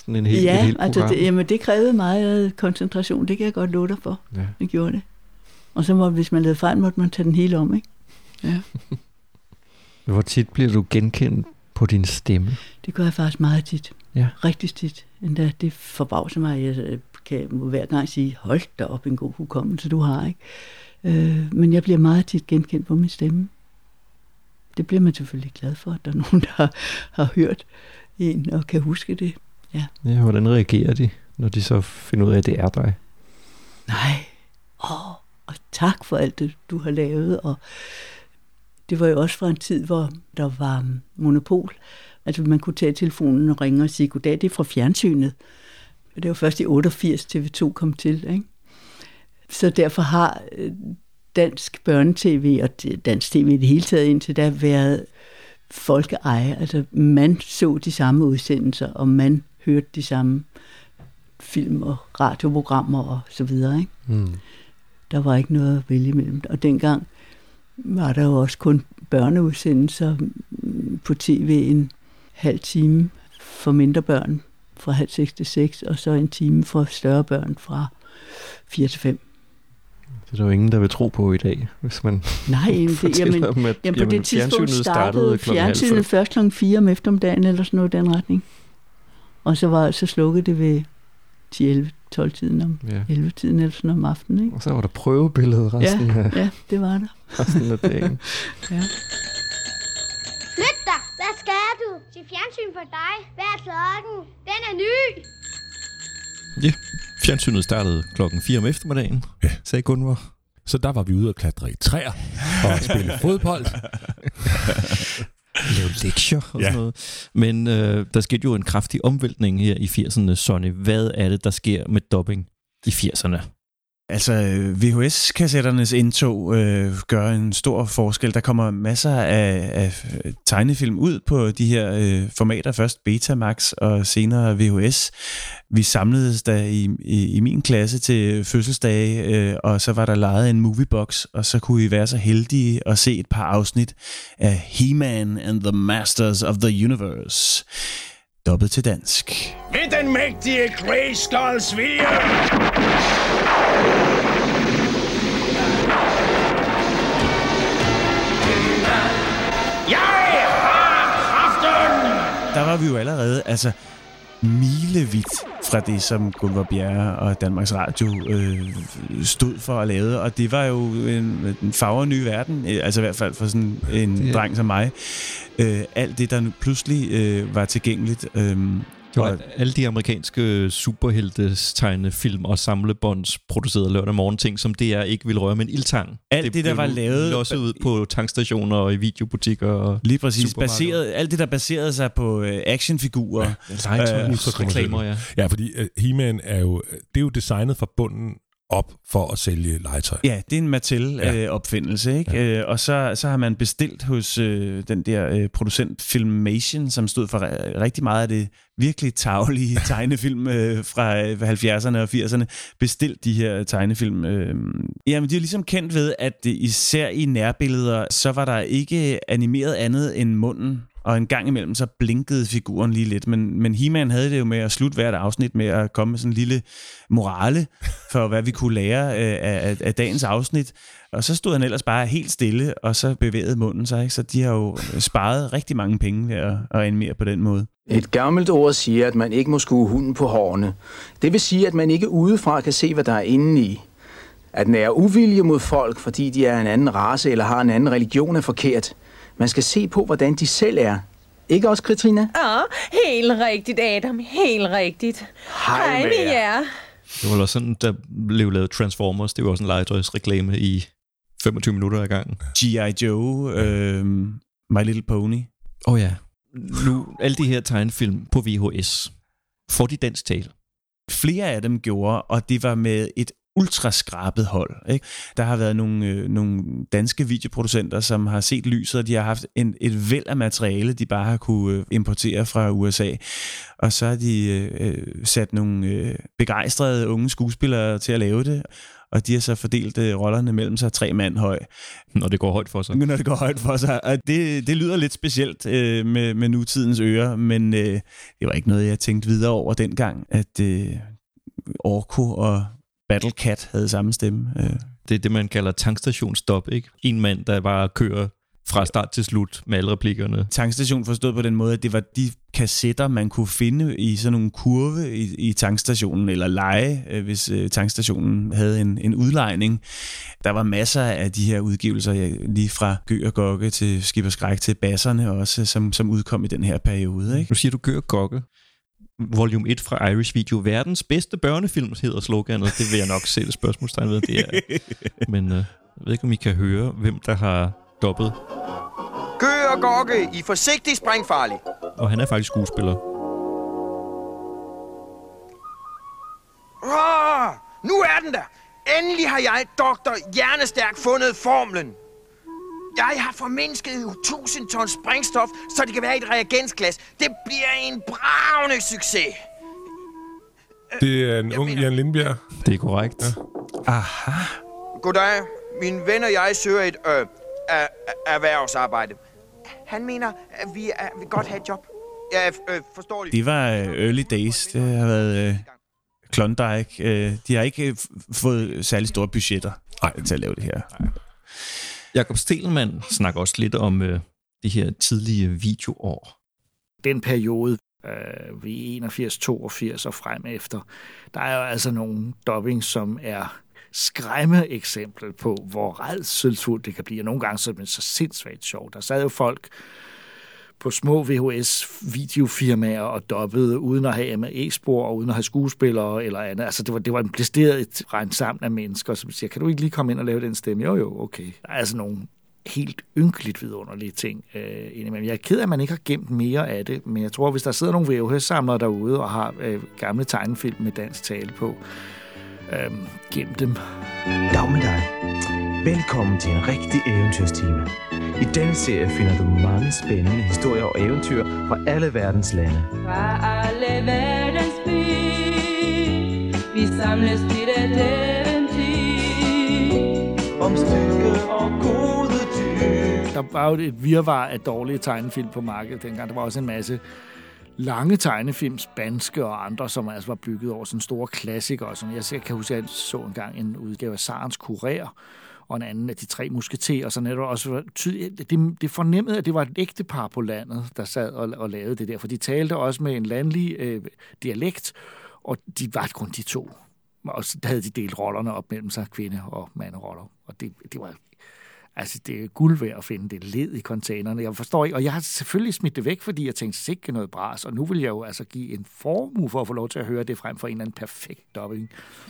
Sådan en helt, et helt program. Altså det krævede meget koncentration, det kan jeg godt love dig for. Ja. Det gjorde det. Og så hvis man lavede fejl, måtte man tage den hele om, ikke? Ja. Hvor tit bliver du genkendt på din stemme? Det gør jeg faktisk meget tit. Ja. Rigtig tit. Endda det forbavser mig. Jeg kan hver gang sige, hold da op, en god hukommelse, du har, ikke? Men jeg bliver meget tit genkendt på min stemme. Det bliver man selvfølgelig glad for, at der er nogen, der har hørt en og kan huske det. Ja. Ja, hvordan reagerer de, når de så finder ud af, at det er dig? Nej. Og tak for alt det, du har lavet. Og det var jo også fra en tid, hvor der var monopol. Altså man kunne tage telefonen og ringe og sige, goddag, det er fra fjernsynet. Det var først i 88, TV2 kom til, ikke? Så derfor har dansk børnetv og dansk tv i det hele taget indtil da været folkeeje. Altså man så de samme udsendelser, og man hørte de samme film- og radioprogrammer og så videre, ikke? Mm. Der var ikke noget at vælge imellem. Og dengang var der jo også kun børneudsendelser på tv en halv time for mindre børn fra 5:30 til 6, og så en time for større børn fra 4 til 5. Det er der jo ingen, der vil tro på i dag, hvis man fortæller dem, at på det tidspunkt startede fjernsynet først kl. 4 om eftermiddagen, eller sådan noget i den retning. Og så slukkede det ved 10-11-12-tiden om 11-tiden eller sådan om aftenen, ikke? Og så var der prøvebilledet resten af... Ja, det var der. Resten af dagen. Ja. Flyt dig! Hvad skal du? Se fjernsyn for dig. Hvad er klokken? Den er ny! Ja, fjernsynet startede klokken 4 om eftermiddagen, sagde Gunvor. Så der var vi ude og klatre i træer og spille fodbold. Lave lektier og sådan noget. Men der skete jo en kraftig omvæltning her i 80'erne, Sonny. Hvad er det, der sker med dubbing i 80'erne? Altså, VHS-kassetternes indtog gør en stor forskel. Der kommer masser af tegnefilm ud på de her formater. Først Betamax og senere VHS. Vi samledes da i min klasse til fødselsdage, og så var der lejet en moviebox, og så kunne vi være så heldige at se et par afsnit af He-Man and the Masters of the Universe. Dobbelt til dansk. Ved den mægtige Grayskulls vilje! Jeg har kraften! Der var vi jo allerede, milevidt fra det, som Gunvor Bjerre og Danmarks Radio stod for at lave, og det var jo en farver ny verden, altså i hvert fald for sådan en dreng som mig. Alt det, der nu pludselig var tilgængeligt. Det var alle de amerikanske superheltetegnefilm og samlebånds producerede lørdag morgen ting, som DR ikke ville røre med en ildtang. Alt det der var lavet losset ud på tankstationer og i videobutikker og lige præcis alt det der baserede sig på actionfigurer, reklamer, ja, fordi He-Man er jo designet fra bunden op for at sælge legetøj. Ja, det er en Mattel-opfindelse, ikke? Ja. Og så har man bestilt hos den der producent Filmation, som stod for rigtig meget af det virkelig tarvelige tegnefilm fra 70'erne og 80'erne, bestilt de her tegnefilm. Jamen, de er ligesom kendt ved, at især i nærbilleder, så var der ikke animeret andet end munden. Og en gang imellem, så blinkede figuren lige lidt. Men He-Man havde det jo med at slutte hvert afsnit med at komme med sådan en lille morale for, hvad vi kunne lære af dagens afsnit. Og så stod han ellers bare helt stille, og så bevægede munden sig. Ikke? Så de har jo sparet rigtig mange penge ved at animere på den måde. Et gammelt ord siger, at man ikke må skue hunden på hårene. Det vil sige, at man ikke udefra kan se, hvad der er inde i. At nære uvilje mod folk, fordi de er en anden race eller har en anden religion, er forkert. Man skal se på, hvordan de selv er. Ikke også, Katrina? Ja, helt rigtigt, Adam. Helt rigtigt. Hej med jer. Det var også sådan, der blev lavet Transformers. Det var også en legetøjsreklame i 25 minutter ad gangen. G.I. Joe, My Little Pony. Ja. Nu, alle de her tegnefilm på VHS, får de dansk tale? Flere af dem gjorde, og det var med et ultraskrabet hold. Ikke? Der har været nogle danske videoproducenter, som har set lyset, og de har haft et væld af materiale, de bare har kunne importere fra USA. Og så har de sat nogle begejstrede unge skuespillere til at lave det. og de har så fordelt rollerne mellem sig 3 mand høj. Når det går højt for sig. Og det lyder lidt specielt med nutidens ører, men det var ikke noget, jeg tænkte videre over dengang, at Orko og Battle Cat havde samme stemme. Det er det, man kalder tankstationsstop, ikke? En mand, der bare kører fra start til slut med alle replikkerne. Tankstation forstået på den måde, at det var de kassetter, man kunne finde i sådan nogle kurve i tankstationen, eller leje, hvis tankstationen havde en udlejning. Der var masser af de her udgivelser, lige fra Gø og Gokke til Skib og Skræk til Basserne også, som udkom i den her periode. Ikke? Nu siger du Gø og Gokke. Volume 1 fra Irish Video. Verdens bedste børnefilm hedder sloganet. Det vil jeg nok sætte spørgsmålstegn ved, det er. Men jeg ved ikke, om I kan høre, hvem der har dobbet. Gø og Gokke i Forsigtig Springfarlig. Og han er faktisk skuespiller. Nu er den der. Endelig har jeg, doktor Hjernestærk, fundet formlen. Jeg har formindsket 1000 ton sprængstof, så det kan være i et reagensglas. Det bliver en bravende succes. Det er en ung Jan Lindbjerg. Det er korrekt. Ja. Aha. Goddag. Min ven og jeg søger et erhvervsarbejde. Han mener, at vi vil godt have et job. Jeg forstår det. Det var early days. Det har været Klondike. De har ikke fået særlig store budgetter til at lave det her. Jakob Stelman snakker også lidt om det her tidlige videoår. Den periode ved 81, 82 og frem efter, der er jo altså nogle dubbing, som er skræmme eksempel på, hvor rædselsfuldt det kan blive. Og nogle gange så er det så sindssygt sjovt. Der sad jo folk på små VHS-videofirmaer og dubbede, uden at have MAE-spor og uden at have skuespillere eller andet. Altså, det var en blæsteret regn sammen af mennesker, som siger, kan du ikke lige komme ind og lave den stemme? Jo, okay. Der er altså nogle helt ynkeligt vidunderlige ting indimellem. Jeg er ked af, at man ikke har gemt mere af det, men jeg tror, hvis der sidder nogle VHS-samlere derude og har gamle tegnefilm med dansk tale på, gem dem. Dag med dig. Velkommen til en rigtig eventyrstime. I denne serie finder du mange spændende historier og eventyr fra alle verdens lande. Fra alle verdens by, vi samles til et eventyr. Om styrke og gode dyr. Der var jo et virvar af dårlige tegnefilm på markedet dengang. Der var også en masse lange tegnefilm, spanske og andre, som altså var bygget over sådan store klassikere. Som jeg kan huske, at jeg så engang en udgave af Sarens Kurér, og en anden af De Tre Musketerer, og sådan er det også det fornemmede, at det var et ægtepar på landet, der sad og lavede det der, for de talte også med en landlig dialekt, og de var kun de to. Og så havde de delt rollerne op mellem sig, kvinde- og manderoller. Og det var altså, det er guld værd at finde det led i containerne. Jeg forstår ikke, og jeg har selvfølgelig smidt det væk, fordi jeg tænkte sikkert noget bras, og nu vil jeg jo altså give en formue for at få lov til at høre det frem for en eller anden perfekt dubbing.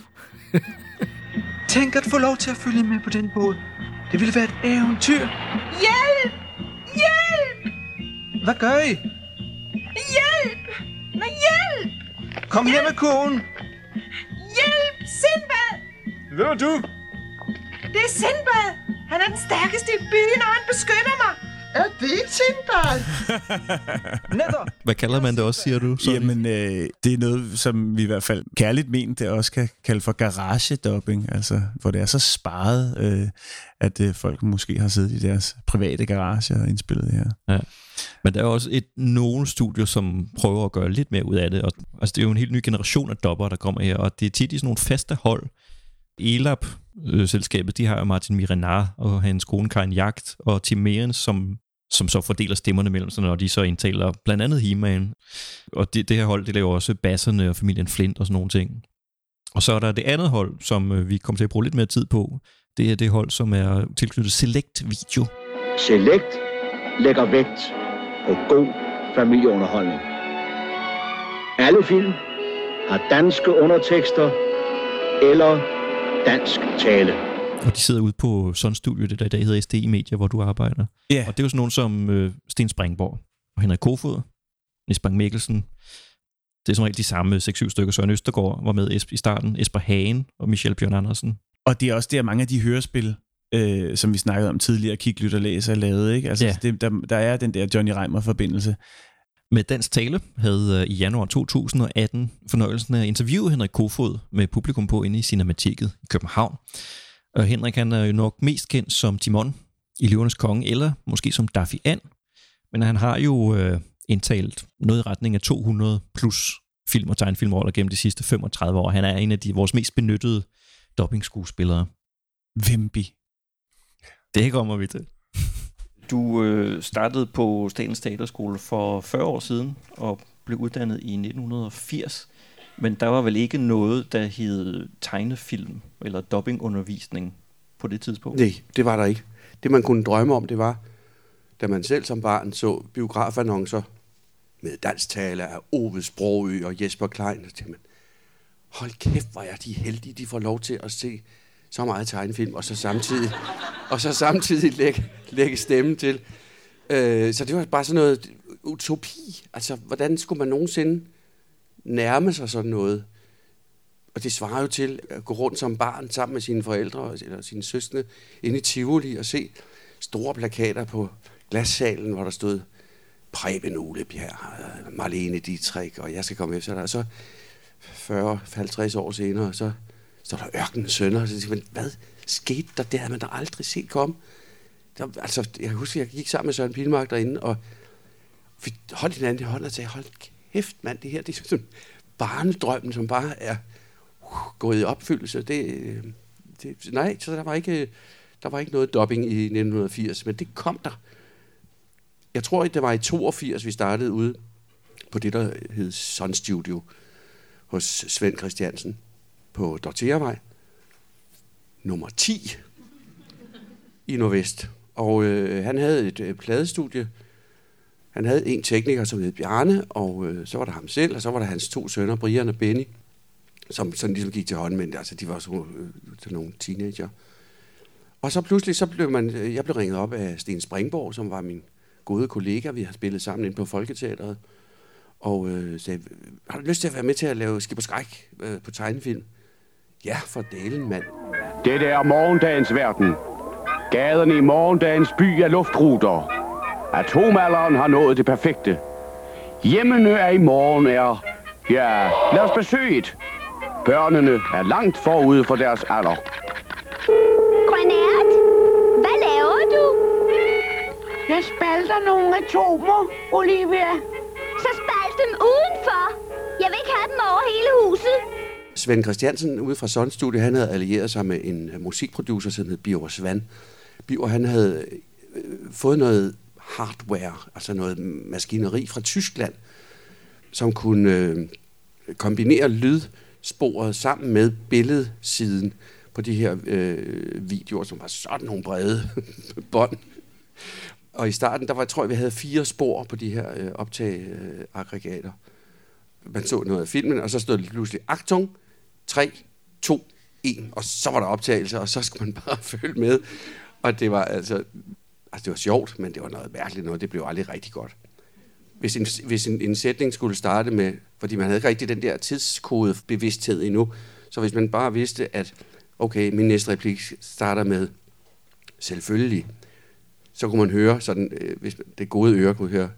Tænk at få lov til at følge med på den båd. Det ville være et eventyr. Hjælp! Hjælp! Hvad gør I? Hjælp! Nej, hjælp! Kom her med konen. Hjælp! Sindbad! Hvem er du? Det er Sindbad! Han er den stærkeste i byen, og han beskytter mig! Er det ikke Sindbad? Netop! Hvad kalder man det også, siger du? Sorry. Jamen, det er noget, som vi i hvert fald kærligt ment, det også kan kalde for garagedubbing, altså hvor det er så sparet, at folk måske har siddet i deres private garage og indspillet det her. Ja. Men der er også nogle studier, som prøver at gøre lidt mere ud af det, og altså, det er jo en helt ny generation af dubber, der kommer her, og det er tit i sådan nogle faste hold. ELAB-selskabet, de har Martin Mirenar og hans kone Karin Jagt og Tim Merens, som så fordeler stemmerne mellem sig, når de så indtaler blandt andet He-Man. Og det her hold, det laver også Basserne og familien Flint og sådan nogle ting. Og så er der det andet hold, som vi kommer til at bruge lidt mere tid på. Det er det hold, som er tilknyttet Select Video. Select lægger vægt på god familieunderholdning. Alle film har danske undertekster eller dansk tale. Og de sidder ude på Sun Studio, det der i dag hedder SD Media, hvor du arbejder. Yeah. Og det er jo sådan nogen som Sten Springborg og Henrik Kofod, Nis Bang Mikkelsen. Det er som regel de samme 6-7 stykker. Søren Østergaard var med i starten. Esper Hagen og Michelle Bjørn Andersen. Og det er også der, mange af de hørespil, som vi snakkede om tidligere, Kig, Lyt og Læs er lavet. Ikke? Altså, der er den der Johnny Reimer-forbindelse. Med Dansk Tale havde i januar 2018 fornøjelsen af at interviewe Henrik Koefoed med publikum på inde i Cinemateket i København. Og Henrik han er jo nok mest kendt som Timon i Løvernes Konge, eller måske som Daffy And. Men han har jo indtalt noget i retning af 200 plus film- og tegnefilmroller gennem de sidste 35 år. Han er en af vores mest benyttede dubbing-skuespillere. Vembi. Det kommer vi til. Du startede på Statens Teaterskole for 40 år siden og blev uddannet i 1980. Men der var vel ikke noget, der hed tegnefilm eller dubbingundervisning på det tidspunkt? Nej, det var der ikke. Det man kunne drømme om, det var, da man selv som barn så biografannoncer med Dansk Tale af Ove Sprogøe og Jesper Klein, så tænkte man, hold kæft, hvor er de heldige, de får lov til at se så meget tegnefilm, og så samtidig lægge stemme til. Så det var bare sådan noget utopi. Altså, hvordan skulle man nogensinde nærme sig sådan noget? Og det svarer jo til at gå rundt som barn sammen med sine forældre eller sine søskende inde i Tivoli og se store plakater på glassalen, hvor der stod Preben Ulebjerg, Marlene Dietrich, og jeg skal komme efter dig. Og så 40-50 år senere, så står der Ørkenens Sønner, og så siger man, hvad skete der? Det havde man da aldrig set komme. Altså, jeg kan huske, jeg gik sammen med Søren Pilmark derinde, og vi holdt hinanden i hånden og sagde, hold kæft mand, det her, det er sådan barnedrømmen, som bare er gået i opfyldelse. Nej, så der var ikke noget dubbing i 1980, men det kom der. Jeg tror, det var i 82, vi startede ude på det, der hed Sun Studio hos Svend Christiansen på Dortheavej, nummer 10 i Nordvest. Og han havde et pladestudie. Han havde en tekniker, som hed Bjarne, og så var der ham selv, og så var der hans 2 sønner, Brian og Benny, som sådan ligesom gik til håndmænd. Altså, de var så til nogle teenager. Og så pludselig, jeg blev ringet op af Sten Springborg, som var min gode kollega. Vi har spillet sammen inde på Folketeatret. Og sagde, har du lyst til at være med til at lave Skib og Skræk på tegnefilm? Ja, for delen, mand. Dette er morgendagens verden. Gaderne i morgendagens by er luftruter. Atomalderen har nået det perfekte. Hjemmene er i morgen ja, lad os besøge et. Børnene er langt forud for deres alder. Grønært, hvad laver du? Jeg spalter nogle atomer, Olivia. Så spalt dem udenfor. Jeg vil ikke have dem over hele huset. Svend Christiansen ude fra Sun Studio, han havde allieret sig med en musikproducer, som hed Birger Svand. Birger, han havde fået noget hardware, altså noget maskineri fra Tyskland, som kunne kombinere lydsporet sammen med billedsiden på de her videoer, som var sådan nogle brede bånd. Og i starten, tror jeg, vi havde 4 spor på de her optageaggregater. Man så noget af filmen, og så stod det pludselig Achtung, 3, 2, 1, og så var der optagelse, og så skulle man bare følge med. Og det var det var sjovt, men det var noget mærkeligt noget. Det blev aldrig rigtig godt. Hvis en sætning skulle starte med, fordi man havde ikke rigtig den der tidskodebevidsthed endnu, så hvis man bare vidste, at okay, min næste replik starter med selvfølgelig, så kunne man høre sådan, hvis det gode øre kunne høre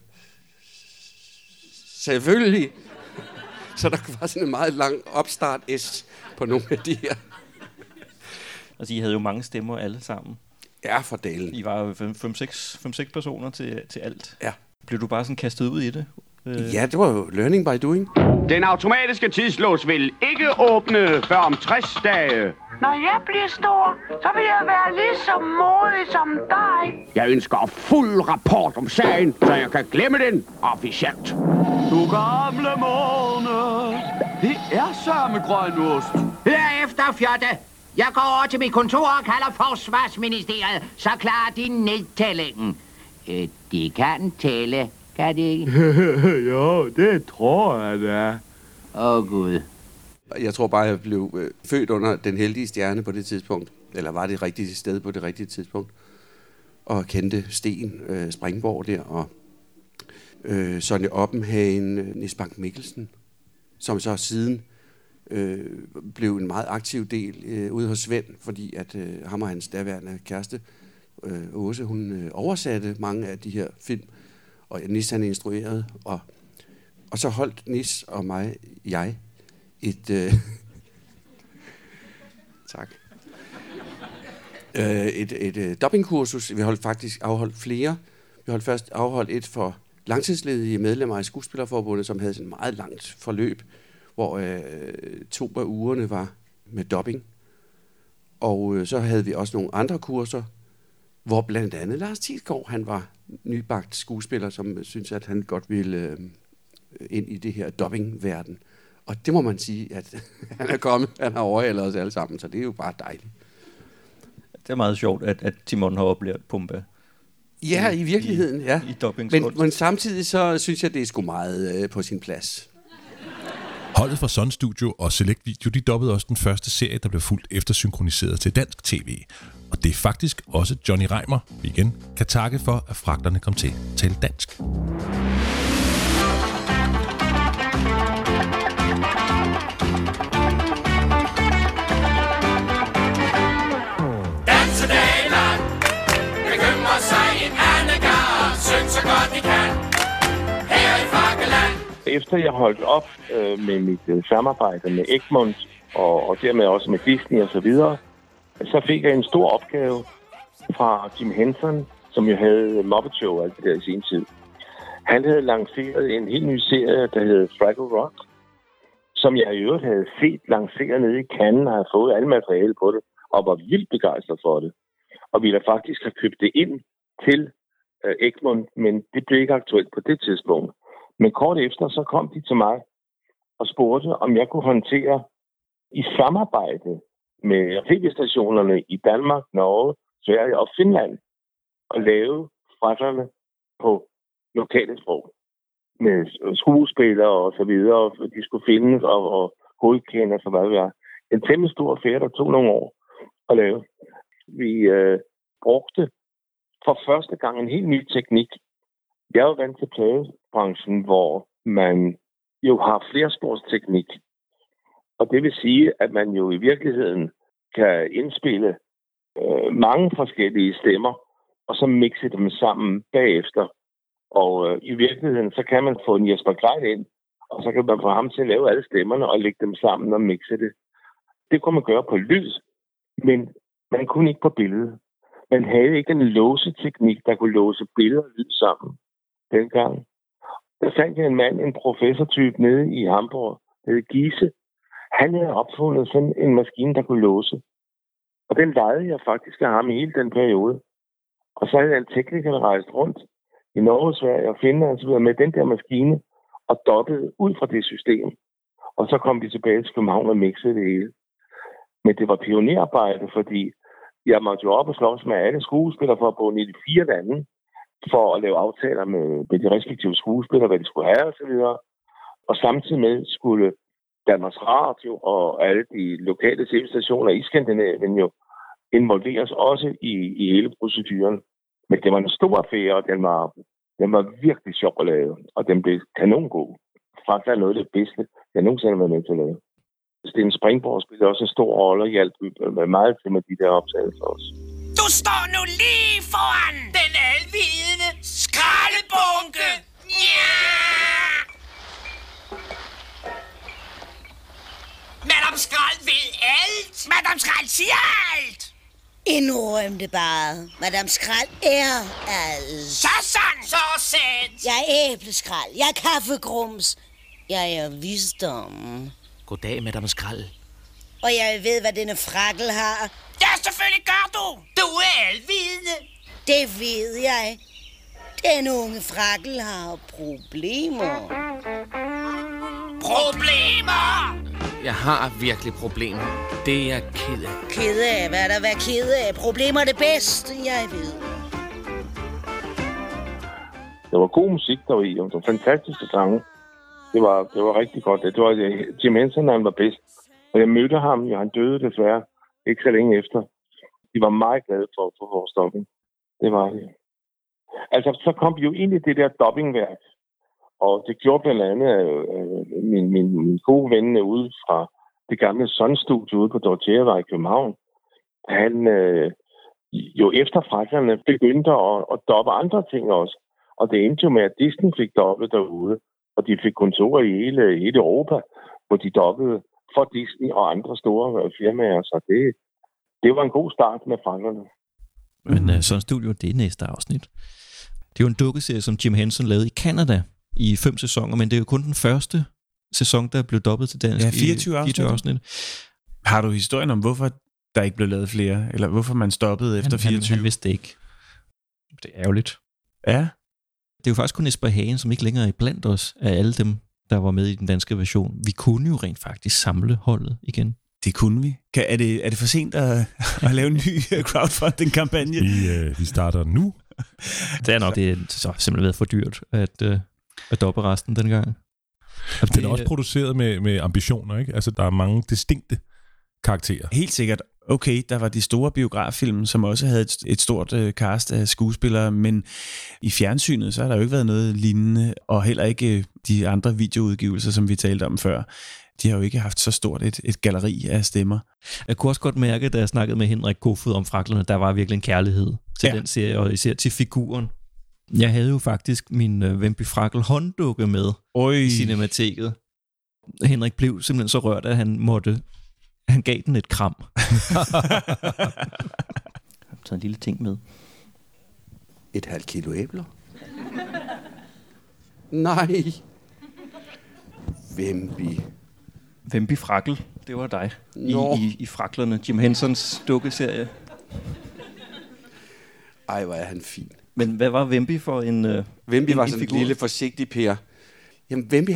selvfølgelig. Så der var sådan en meget lang opstart-S på nogle af de her. Altså, I havde jo mange stemmer alle sammen. Ja, for dalen. I var jo 5-6 personer til alt. Ja. Blev du bare sådan kastet ud i det? Ja, det var jo learning by doing. Den automatiske tidslås vil ikke åbne før om 60 dage. Når jeg bliver stor, så vil jeg være lige så modig som dig. Jeg ønsker fuld rapport om sagen, så jeg kan glemme den officielt. Du gamle måne, det er sørme grønost. Hør efter, Fjotte. Jeg går over til mit kontor og kalder Forsvarsministeriet, så klarer de nedtællingen. De kan tælle, kan de ikke? Jo, det tror jeg da. Gud. Jeg tror bare, jeg blev født under den heldige stjerne på det tidspunkt. Eller var det rigtige sted på det rigtige tidspunkt. Og kendte Sten Springborg der, og Sonja Oppenhagen, Nis Bank Mikkelsen, som så siden blev en meget aktiv del ude hos Svend, fordi at ham og hans daværende kæreste, Åse, hun oversatte mange af de her film, og Nis han instruerede, og Og så holdt Nis og jeg et... tak. Et dubbingkursus. Vi holdt faktisk afholdt flere. Vi holdt først afholdt et for langtidsledige medlemmer af Skuespillerforbundet, som havde sådan et meget langt forløb, hvor 2 af ugerne var med dubbing. Og så havde vi også nogle andre kurser, hvor blandt andet Lars Thiesgaard, han var nybagt skuespiller, som synes at han godt ville ind i det her dubbing-verden. Og det må man sige, at han er kommet, han har overhalet os alle sammen, så det er jo bare dejligt. Det er meget sjovt, at Timon har oplevet Pumba. Ja, i virkeligheden, ja. I men samtidig så synes jeg, det er sgu meget på sin plads. Holdet fra Sun Studio og Select Video, de dubbede også den første serie, der blev fuldt eftersynkroniseret til dansk tv. Og det er faktisk også Johnny Reimer, vi igen kan takke for, at fragterne kom til at tale dansk. Efter jeg holdt op med mit samarbejde med Egmont og dermed også med Disney og så videre, så fik jeg en stor opgave fra Jim Henson, som jo havde Muppet Show alt det der i sin tid. Han havde lanceret en helt ny serie, der hed Fraggle Rock, som jeg i øvrigt havde set lanceret nede i Cannes og havde fået alle materiale på det, og var vildt begejstret for det. Og ville faktisk have købt det ind til Egmont, men det blev ikke aktuelt på det tidspunkt. Men kort efter, så kom de til mig og spurgte, om jeg kunne håndtere i samarbejde med tv-stationerne i Danmark, Norge, Sverige og Finland og lave fratterne på lokale sprog. Med skuespillere og så videre, og de skulle findes og godkendes og hvad det var. En temmelig stor affære, der tog nogle år at lave. Vi brugte for første gang en helt ny teknik. Jeg er jo vant til pladebranchen, hvor man jo har flersporsteknik. Og det vil sige, at man jo i virkeligheden kan indspille mange forskellige stemmer, og så mixe dem sammen bagefter. Og i virkeligheden, så kan man få en Jesper Klein ind, og så kan man få ham til at lave alle stemmerne og lægge dem sammen og mixe det. Det kunne man gøre på lyd, men man kunne ikke på billede. Man havde ikke en låseteknik, der kunne låse billeder og lyd sammen dengang. Der fandt jeg en mand, en professortype nede i Hamburg, der hed Giese. Han havde opfundet sådan en maskine, der kunne låse. Og den lejede jeg faktisk af ham i hele den periode. Og så havde en tekniker rejst rundt i Norge, Sverige og Finland og så videre med den der maskine og dobbede ud fra det system. Og så kom de tilbage til København og mixede det hele. Men det var pionerarbejde, fordi jeg måtte jo op og slås med alle skuespillere for at bo i de 4 lande, for at lave aftaler med de respektive skuespillere, hvad de skulle have og så videre. Og samtidig med skulle Danmarks Radio og alle de lokale tv-stationer i Skandinavien jo involveres også i hele proceduren. Men det var en stor affære, og den var virkelig sjov at lave, og den blev kanongod. Faktisk er noget af det bedste, jeg nogensinde har været med til at lave. Sten Springborg spiller også en stor rolle og hjalp med meget til med de der optagelser også. Du står nu lige foran den alvidende skraldebunke. Ja! Madame Skrald ved alt. Madame Skrald siger alt. Indrøm det bare. Madame Skrald er alt. Så sådan, så sandt. Jeg er æbleskrald. Jeg er kaffegrums. Jeg er visdom. Goddag, Madame Skrald. Og jeg ved, hvad denne frakkel har. Ja, selvfølgelig gør du. Du er alvidende. Det ved jeg. Den unge frakkel har problemer. Problemer? Jeg har virkelig problemer. Det er jeg ked af. Ked af? Hvad er der at være ked af? Problemer er det bedste, jeg ved. Der var god musik, der var i. Det var fantastiske sange. Det var rigtig godt. Det var Jim Henson, han var bedst. Og jeg mødte ham, og han døde desværre ikke så længe efter. De var meget glade for vores dubbing. Det var det. Altså, så kom vi jo ind i det der dubbingværk. Og det gjorde blandt andet min gode ven ude fra det gamle Sun Studio ude på Dorotheavej i København. Han jo efter frakkerne begyndte at dobbe andre ting også. Og det endte jo med, at Disney fik dobbet derude. Og de fik kontorer i hele Europa, hvor de dobbede for Disney og andre store firmaer. Så det var en god start med Fraklerne. Men Søren Studio, det er næste afsnit. Det er jo en dukkeserie, som Jim Henson lavede i Canada i 5 sæsoner, men det er jo kun den første sæson, der blev dobbet til dansk. Ja, 24 afsnit. Har du historien om, hvorfor der ikke blev lavet flere? Eller hvorfor man stoppede efter 24? Han vidste det ikke. Det er ærgerligt. Ja. Det er jo faktisk kun Jesper Hagen, som ikke længere er blandt os af alle dem, der var med i den danske version. Vi kunne jo rent faktisk samle holdet igen. Det kunne vi. Er det for sent at lave en ny crowdfunding-kampagne? Vi starter nu. Det er nok. Det er så simpelthen været for dyrt at doppe resten dengang. Den er også produceret med ambitioner, ikke? Altså, der er mange distinkte karakterer. Helt sikkert. Okay, der var de store biograffilm, som også havde et stort cast af skuespillere, men i fjernsynet, så har der jo ikke været noget lignende, og heller ikke de andre videoudgivelser, som vi talte om før. De har jo ikke haft så stort et galleri af stemmer. Jeg kunne også godt mærke, da jeg snakkede med Henrik Kofod om Fraklerne, der var virkelig en kærlighed til den serie, og især til figuren. Jeg havde jo faktisk min Wemby Frakel hånddukke med i cinemateket. Henrik blev simpelthen så rørt, at han gav den et kram. Jeg har taget en lille ting med. 1,5 kilo æbler? Nej. Wemby Frakel, det var dig. I Fraklerne, Jim Hensons dukkeserie. Ej, hvor er han fin. Men hvad var Wemby for en Wemby var sådan en lille forsigtig Per. Jamen, Wemby,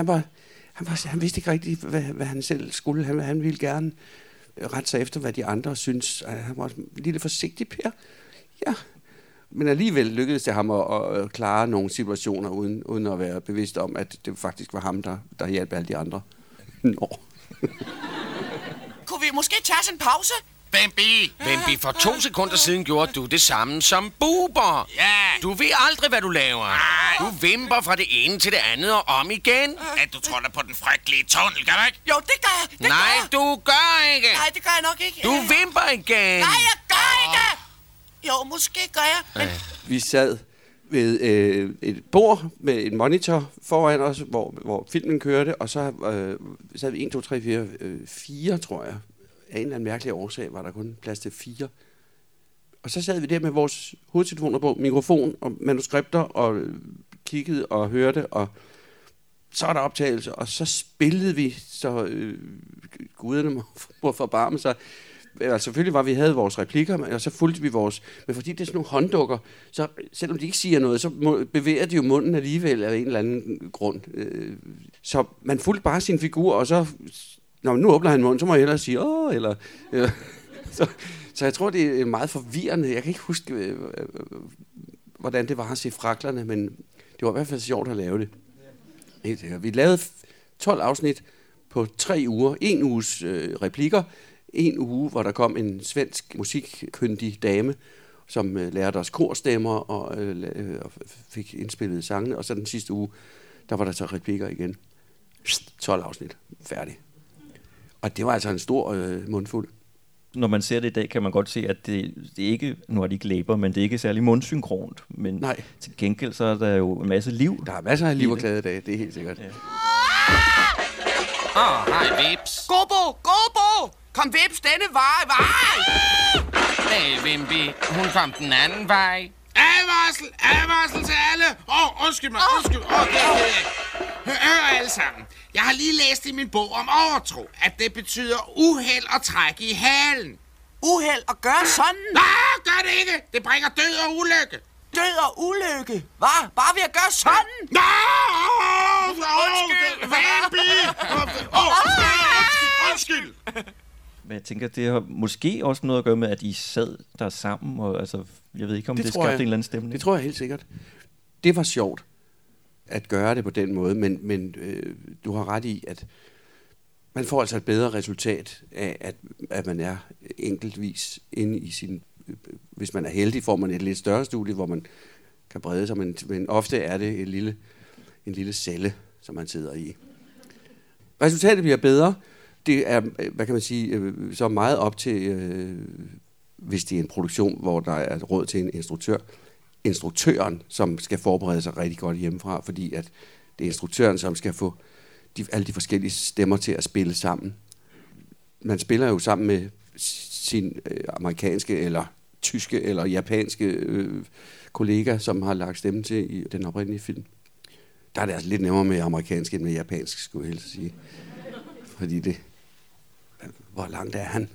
han vidste ikke rigtigt, hvad han selv skulle. Han ville gerne rette sig efter, hvad de andre synes. Han var en lille forsigtig Per. Ja. Men alligevel lykkedes det ham at klare nogle situationer, uden at være bevidst om, at det faktisk var ham, der hjalp alle de andre. Nå. Kunne vi måske tage os en pause? Bambi, for 2 sekunder siden gjorde du det samme som Buber. Ja. Du ved aldrig, hvad du laver. Ej. Du vimper fra det ene til det andet og om igen. At du tror på den frygtelige tunnel, gør du ikke? Jo, det gør jeg. Nej, du gør ikke. Nej, det gør jeg nok ikke. Du vimper igen. Nej, jeg gør ikke. Jo, måske gør jeg. Men... Vi sad ved et bord med en monitor foran os, hvor filmen kørte, og så sad vi 1, 2, 3, 4, 4, tror jeg. Af en eller anden mærkelig årsag var der kun plads til 4. Og så sad vi der med vores hovedtelefoner på, mikrofon og manuskripter, og kiggede og hørte, og så var der optagelse, og så spillede vi, så guderne må forbarme sig. Altså, selvfølgelig var vi havde vores replikker, og så fulgte vi vores... Men fordi det er sådan nogle hånddukker, så selvom de ikke siger noget, så bevæger de jo munden alligevel af en eller anden grund. Så man fulgte bare sin figur, og så... Når nu åbner han munden, så må jeg hellere sige, eller... Så jeg tror, det er meget forvirrende. Jeg kan ikke huske, hvordan det var at se Fraklerne, men det var i hvert fald sjovt at lave det. Vi lavede 12 afsnit på 3 uger. 1 uges replikker. 1 uge, hvor der kom en svensk musikkyndig dame, som lærte os korstemmer og fik indspillet sangene. Og så den sidste uge, der var der så replikker igen. 12 afsnit. Færdig. Og det var altså en stor mundfuld. Når man ser det i dag, kan man godt se, at det ikke, nu har de ikke læber, men det er ikke særlig mundsynkront. Men nej. Til gengæld så er der jo en masse liv. Der er masser af liv og glade dage, det er helt sikkert. Ja. Hej Vips. Gobo! Kom Vips denne vej! Hey Wemby, hun kom den anden vej. Advarsel til alle! Undskyld mig. Hør alle sammen. Jeg har lige læst i min bog om overtro, at det betyder uheld at trække i halen. Uheld at gøre sådan? Nej, gør det ikke! Det bringer død og ulykke. Død og ulykke? Hvad? Bare ved at gøre sådan? Undskyld! Wemby! Undskyld! Men jeg tænker, det har måske også noget at gøre med, at I sad der sammen, og altså, jeg ved ikke, om det skabte en eller anden stemning. Det tror jeg helt sikkert. Det var sjovt at gøre det på den måde, men du har ret i, at man får altså et bedre resultat af, at man er enkeltvis inde i sin... Hvis man er heldig, får man et lidt større studie, hvor man kan brede sig, men ofte er det en lille celle, som man sidder i. Resultatet bliver bedre. Det er, hvad kan man sige, så meget op til, hvis det er en produktion, hvor der er et råd til en instruktør. Instruktøren, som skal forberede sig rigtig godt hjemmefra, fordi at det er instruktøren, som skal få alle de forskellige stemmer til at spille sammen. Man spiller jo sammen med sin amerikanske eller tyske eller japanske kollega, som har lagt stemme til i den oprindelige film. Der er det altså lidt nemmere med amerikansk end med japansk, skulle jeg helst sige. Fordi det... Hvor langt er han?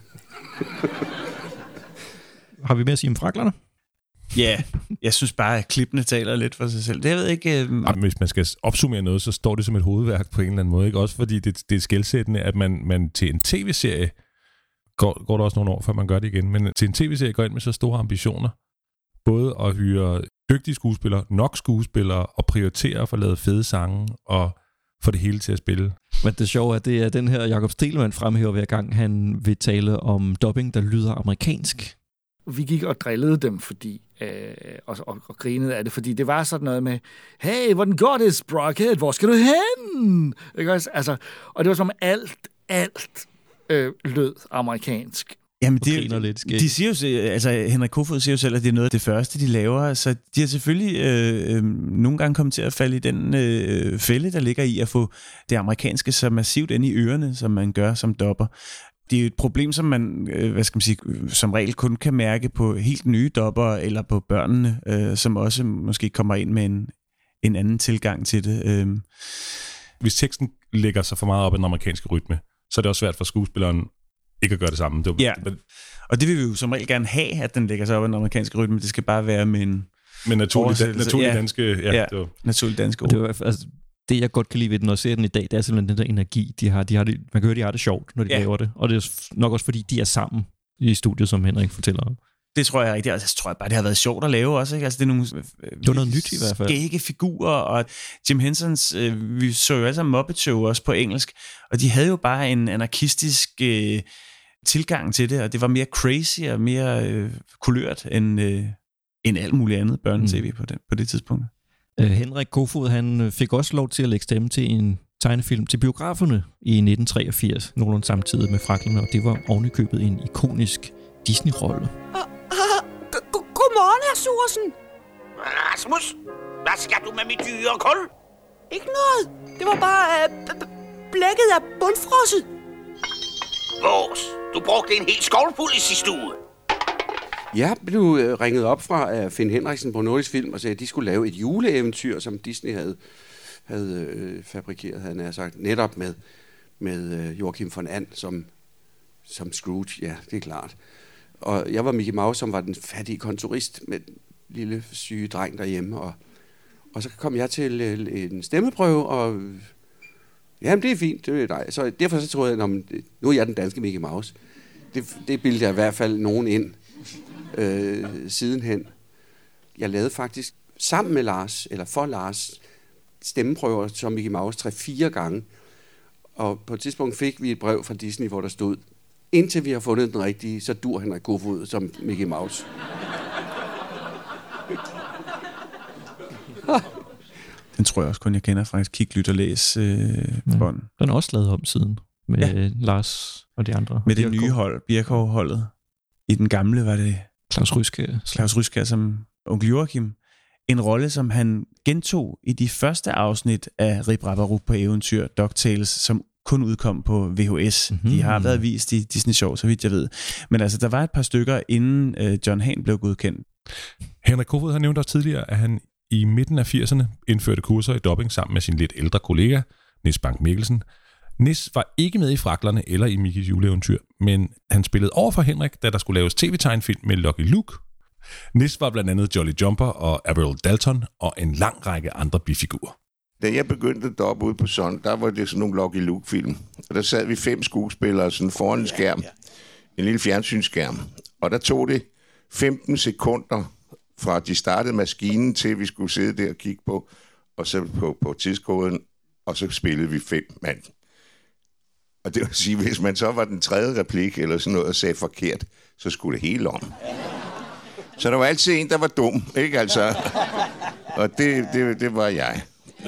Har vi mere at sige om fraklerne? Ja, jeg synes bare, at klippene taler lidt for sig selv. Det jeg ved ikke... Hvis man skal opsummere noget, så står det som et hovedværk på en eller anden måde. Ikke? Også fordi det er skelsættende, at man til en tv-serie... Går der også nogle år, før man gør det igen. Men til en tv-serie går ind med så store ambitioner. Både at hyre dygtige skuespillere, nok skuespillere, og prioritere at få lavet fede sange, og få det hele til at spille. Men det sjove er, at det er den her Jakob Stegelmann fremhæver hver gang, han vil tale om dubbing, der lyder amerikansk. Vi gik og drillede dem, fordi og grinede af det, fordi det var sådan noget med, hey, hvordan går det, Sprocket? Hvor skal du hen? Ikke også? Altså, og det var som alt lød amerikansk. Jamen, de siger jo, altså Henrik Koefoed siger jo selv, at det er noget af det første, de laver, så de har selvfølgelig nogle gange kommet til at falde i den fælde, der ligger i at få det amerikanske så massivt ind i ørerne, som man gør som dubber. Det er jo et problem, som man, som regel kun kan mærke på helt nye dubber eller på børnene, som også måske kommer ind med en anden tilgang til det. Hvis teksten lægger sig for meget op i den amerikanske rytme, så er det også svært for skuespilleren ikke at gøre det samme. Ja, og det vil vi jo som regel gerne have, at den lægger sig op i den amerikanske rytme. Det skal bare være med en naturlig danske... Ja, naturlig danske ord. Det var, altså, det, jeg godt kan lide ved den, og ser den i dag, det er simpelthen den der energi, de har. Man kan høre, de har det sjovt, når de laver det. Og det er nok også, fordi de er sammen i studiet, som Henrik fortæller om. Det tror jeg rigtigt. Altså, jeg tror bare, det har været sjovt at lave også. Ikke? Altså, det er nogle det var noget nyt i hvert fald. Skægge figurer, og Jim Hensons, vi så jo altså Muppet Show også på engelsk, og de havde jo bare en anarkistisk tilgang til det, og det var mere crazy og mere kulørt end alt muligt andet børne-tv på det tidspunkt. Henrik Koefoed, han fik også lov til at lægge stemme til en tegnefilm til biograferne i 1983, nogenlunde samtidig med fraklerne, og det var ovenikøbet en ikonisk Disney-rolle. Godmorgen, hr. Sursen. Rasmus, hvad skal du med mit dyre kul? Ikke noget. Det var bare blækket af bundfrosset. Vås, du brugte en hel skovlpuld i sidste uge. Jeg blev ringet op fra Finn Henriksen på Nordisk Film og sagde, at de skulle lave et juleeventyr, som Disney havde fabrikeret, havde han sagt, netop med Joachim von And som Scrooge. Ja, det er klart. Og jeg var Mickey Mouse, som var den fattige kontorist med den lille syge dreng derhjemme. Og så kom jeg til en stemmeprøve, og jamen, det er fint, det er dig. Så derfor så troede jeg, nu er jeg den danske Mickey Mouse. Det bildte jeg i hvert fald nogen ind sidenhen. Jeg lavede faktisk sammen med Lars, eller for Lars, stemmeprøver som Mickey Mouse 3-4 gange. Og på et tidspunkt fik vi et brev fra Disney, hvor der stod, indtil vi har fundet den rigtige, så dur Henrik Koefoed som Mickey Mouse. Den tror jeg også kun, jeg kender faktisk. Kig, lyt og læs bånd. Den er også lavet om siden med Lars og de andre. Med det nye hold, Birkov-holdet. I den gamle var det Claus Ryskjær som onkel Joachim. En rolle, som han gentog i de første afsnit af Rip Rabaruk på eventyr, DuckTales, som kun udkom på VHS. Mm-hmm. De har været vist i Disney Show, så vidt jeg ved. Men altså, der var et par stykker, inden John Hahn blev godkendt. Henrik Koefoed har nævnt også tidligere, at han i midten af 80'erne indførte kurser i dubbing sammen med sin lidt ældre kollega, Nis Bank Mikkelsen. Nis var ikke med i fraklerne eller i Mickeys juleeventyr, men han spillede over for Henrik, da der skulle laves tv-tegnfilm med Lucky Luke. Nis var blandt andet Jolly Jumper og Averill Dalton og en lang række andre bifigurer. Da jeg begyndte at dobbe ude på Sun, der var det sådan nogle Lucky Luke-film. Og der sad vi 5 skuespillere sådan foran en skærm, en lille fjernsynsskærm. Og der tog det 15 sekunder fra de startede maskinen til vi skulle sidde der og kigge på, og så på tidskoden, og så spillede vi 5 mand. Og det vil sige, hvis man så var den 3. replik eller sådan noget og sagde forkert, så skulle det hele om. Så der var altid en, der var dum, ikke altså? Og det var jeg.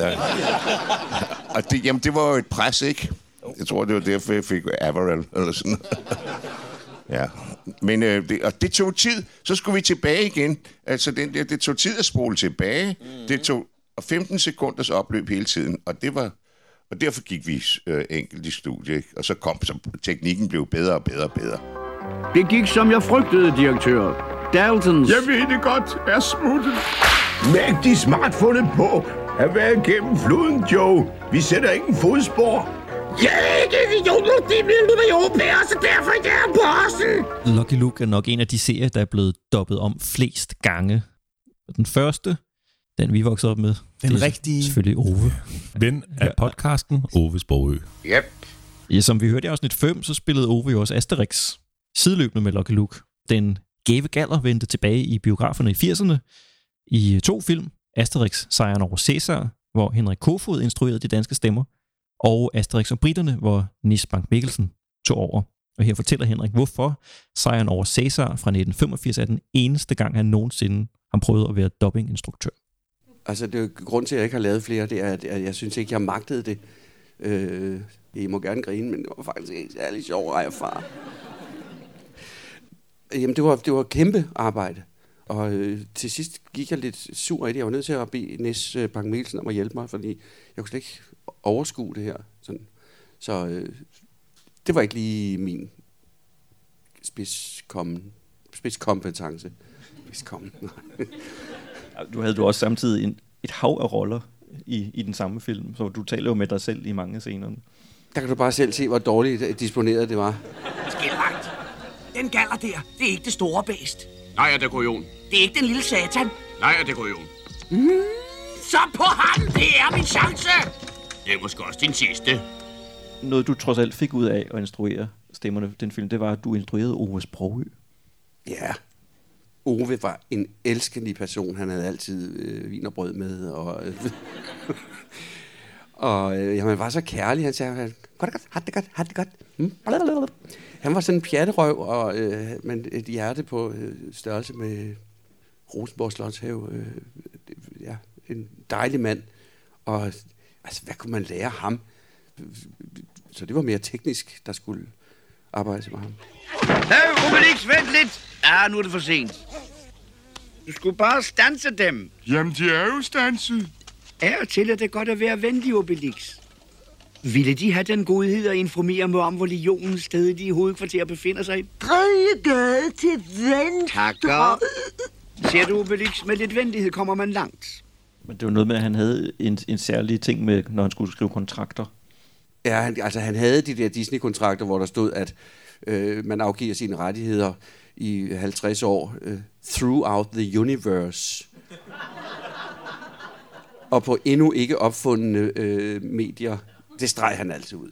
Og det var jo et pres, ikke? Jeg tror, det var derfor, jeg fik Averill eller sådan noget. Ja. Men det tog tid. Så skulle vi tilbage igen. Altså det tog tid at spole tilbage. Det tog Og 15 sekunders opløb hele tiden, og derfor gik vi enkelt i studie, ikke? Og så teknikken blev bedre og bedre og bedre. Det gik, som jeg frygtede, direktør. Daltons... Jeg ved det godt, er smuttet. Mægtig smart fundet på at være gennem floden, Joe. Vi sætter ingen fodspor. Jeg er ikke idiot, det bliver europæer, så derfor er jeg på Posten. Lucky Luke er nok en af de serier, der er blevet dobbet om flest gange. Den første, den vi voksede op med, den det er rigtige... selvfølgelig Ove. Ven af podcasten Oves Sprogø. Yep. Ja, som vi hørte i afsnit 5, så spillede Ove jo også Asterix, sideløbende med Lucky Luke. Den gave galler vendte tilbage i biograferne i 80'erne i 2 film. Asterix, sejren over Cæsar, hvor Henrik Kofod instruerede de danske stemmer, og Asterix og Britterne, hvor Nis Bank Mikkelsen tog over. Og her fortæller Henrik, hvorfor sejren over Cæsar fra 1985 er den eneste gang, han nogensinde har prøvet at være dubbinginstruktør. Altså, det er jo grund til, at jeg ikke har lavet flere, det er, at jeg synes ikke, jeg magtede det. I må gerne grine, men det var faktisk ikke særlig sjovt at erfare. Jamen, det var kæmpe arbejde. Og til sidst gik jeg lidt sur i det. Jeg var nødt til at bede Nis Bank Mikkelsen om at hjælpe mig, fordi jeg kunne slet ikke overskue det her. Sådan. Så det var ikke lige min spidskompetence. Du havde også samtidig et hav af roller i den samme film, så du taler jo med dig selv i mange af scenerne. Der kan du bare selv se, hvor dårligt disponeret det var. Skælvagt. Den galler der, det er ikke det store bæst. Nej, det er kujon. Det er ikke den lille satan. Nej, det er kujon. Så på ham, det er min chance. Det er måske også din sidste. Noget, du trods alt fik ud af at instruere stemmerne den film, det var, at du instruerede Ove Sprogø. Ja. Ove var en elskelig person. Han havde altid vin og brød med. Og han var så kærlig. Han sagde, har det godt. Han var sådan en pjatterøv, men et hjerte på størrelse med Rosenborg Slotshave. Ja, en dejlig mand. Og altså, hvad kunne man lære ham? Så det var mere teknisk, der skulle arbejde med ham. Hey, Obelix, vent lidt! Nu er det for sent. Du skulle bare standse dem. Jamen, de er jo standset. Af og til er det godt at være venlig, Obelix. Ville de have den godhed at informere mig om, hvor legionens stadige hovedkvarter befinder sig? 3. gade til venstre. Takker. Ser du, Obelix, med lidt venlighed kommer man langt. Men det var noget med, at han havde en særlig ting med, når han skulle skrive kontrakter. Ja, han havde de der Disney-kontrakter, hvor der stod, at man afgiver sine rettigheder i 50 år throughout the universe. Og på endnu ikke opfundne medier. Det streg han altid ud.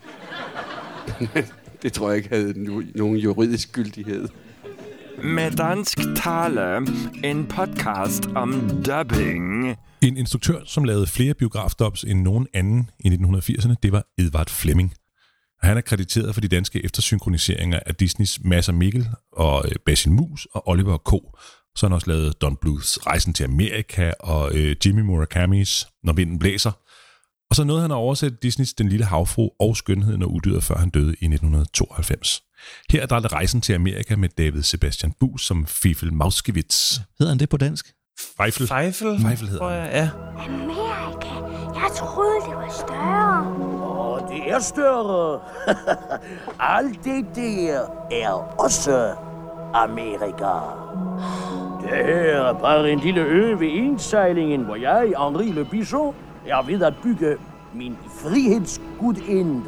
Det tror jeg ikke havde nogen juridisk gyldighed. Med dansk tale, en podcast om dubbing. En instruktør, som lavede flere biografdubs end nogen anden i 1980'erne, det var Edvard Fleming. Han er krediteret for de danske eftersynkroniseringer af Disneys Mads og Mikkel og Basil Mus og Oliver K. Så har han også lavet Don Bluths Rejsen til Amerika og Jimmy Murakamis Når vinden blæser. Og så nåede han at oversætte Disneys Den lille havfru og Skønheden og udyret, før han døde i 1992. Her er der Rejsen til Amerika med David Sebastian Buus som Fifel Mauskewitz. Hedder han det på dansk? Feifel. Feifel hedder han. Ja. Amerika. Jeg troede, det var større. Det er større. Alt det der er også Amerika. Det her er bare en lille ø ved indsejlingen, hvor jeg, Henri Le Bichon, er ved at bygge min frihedsgudinde.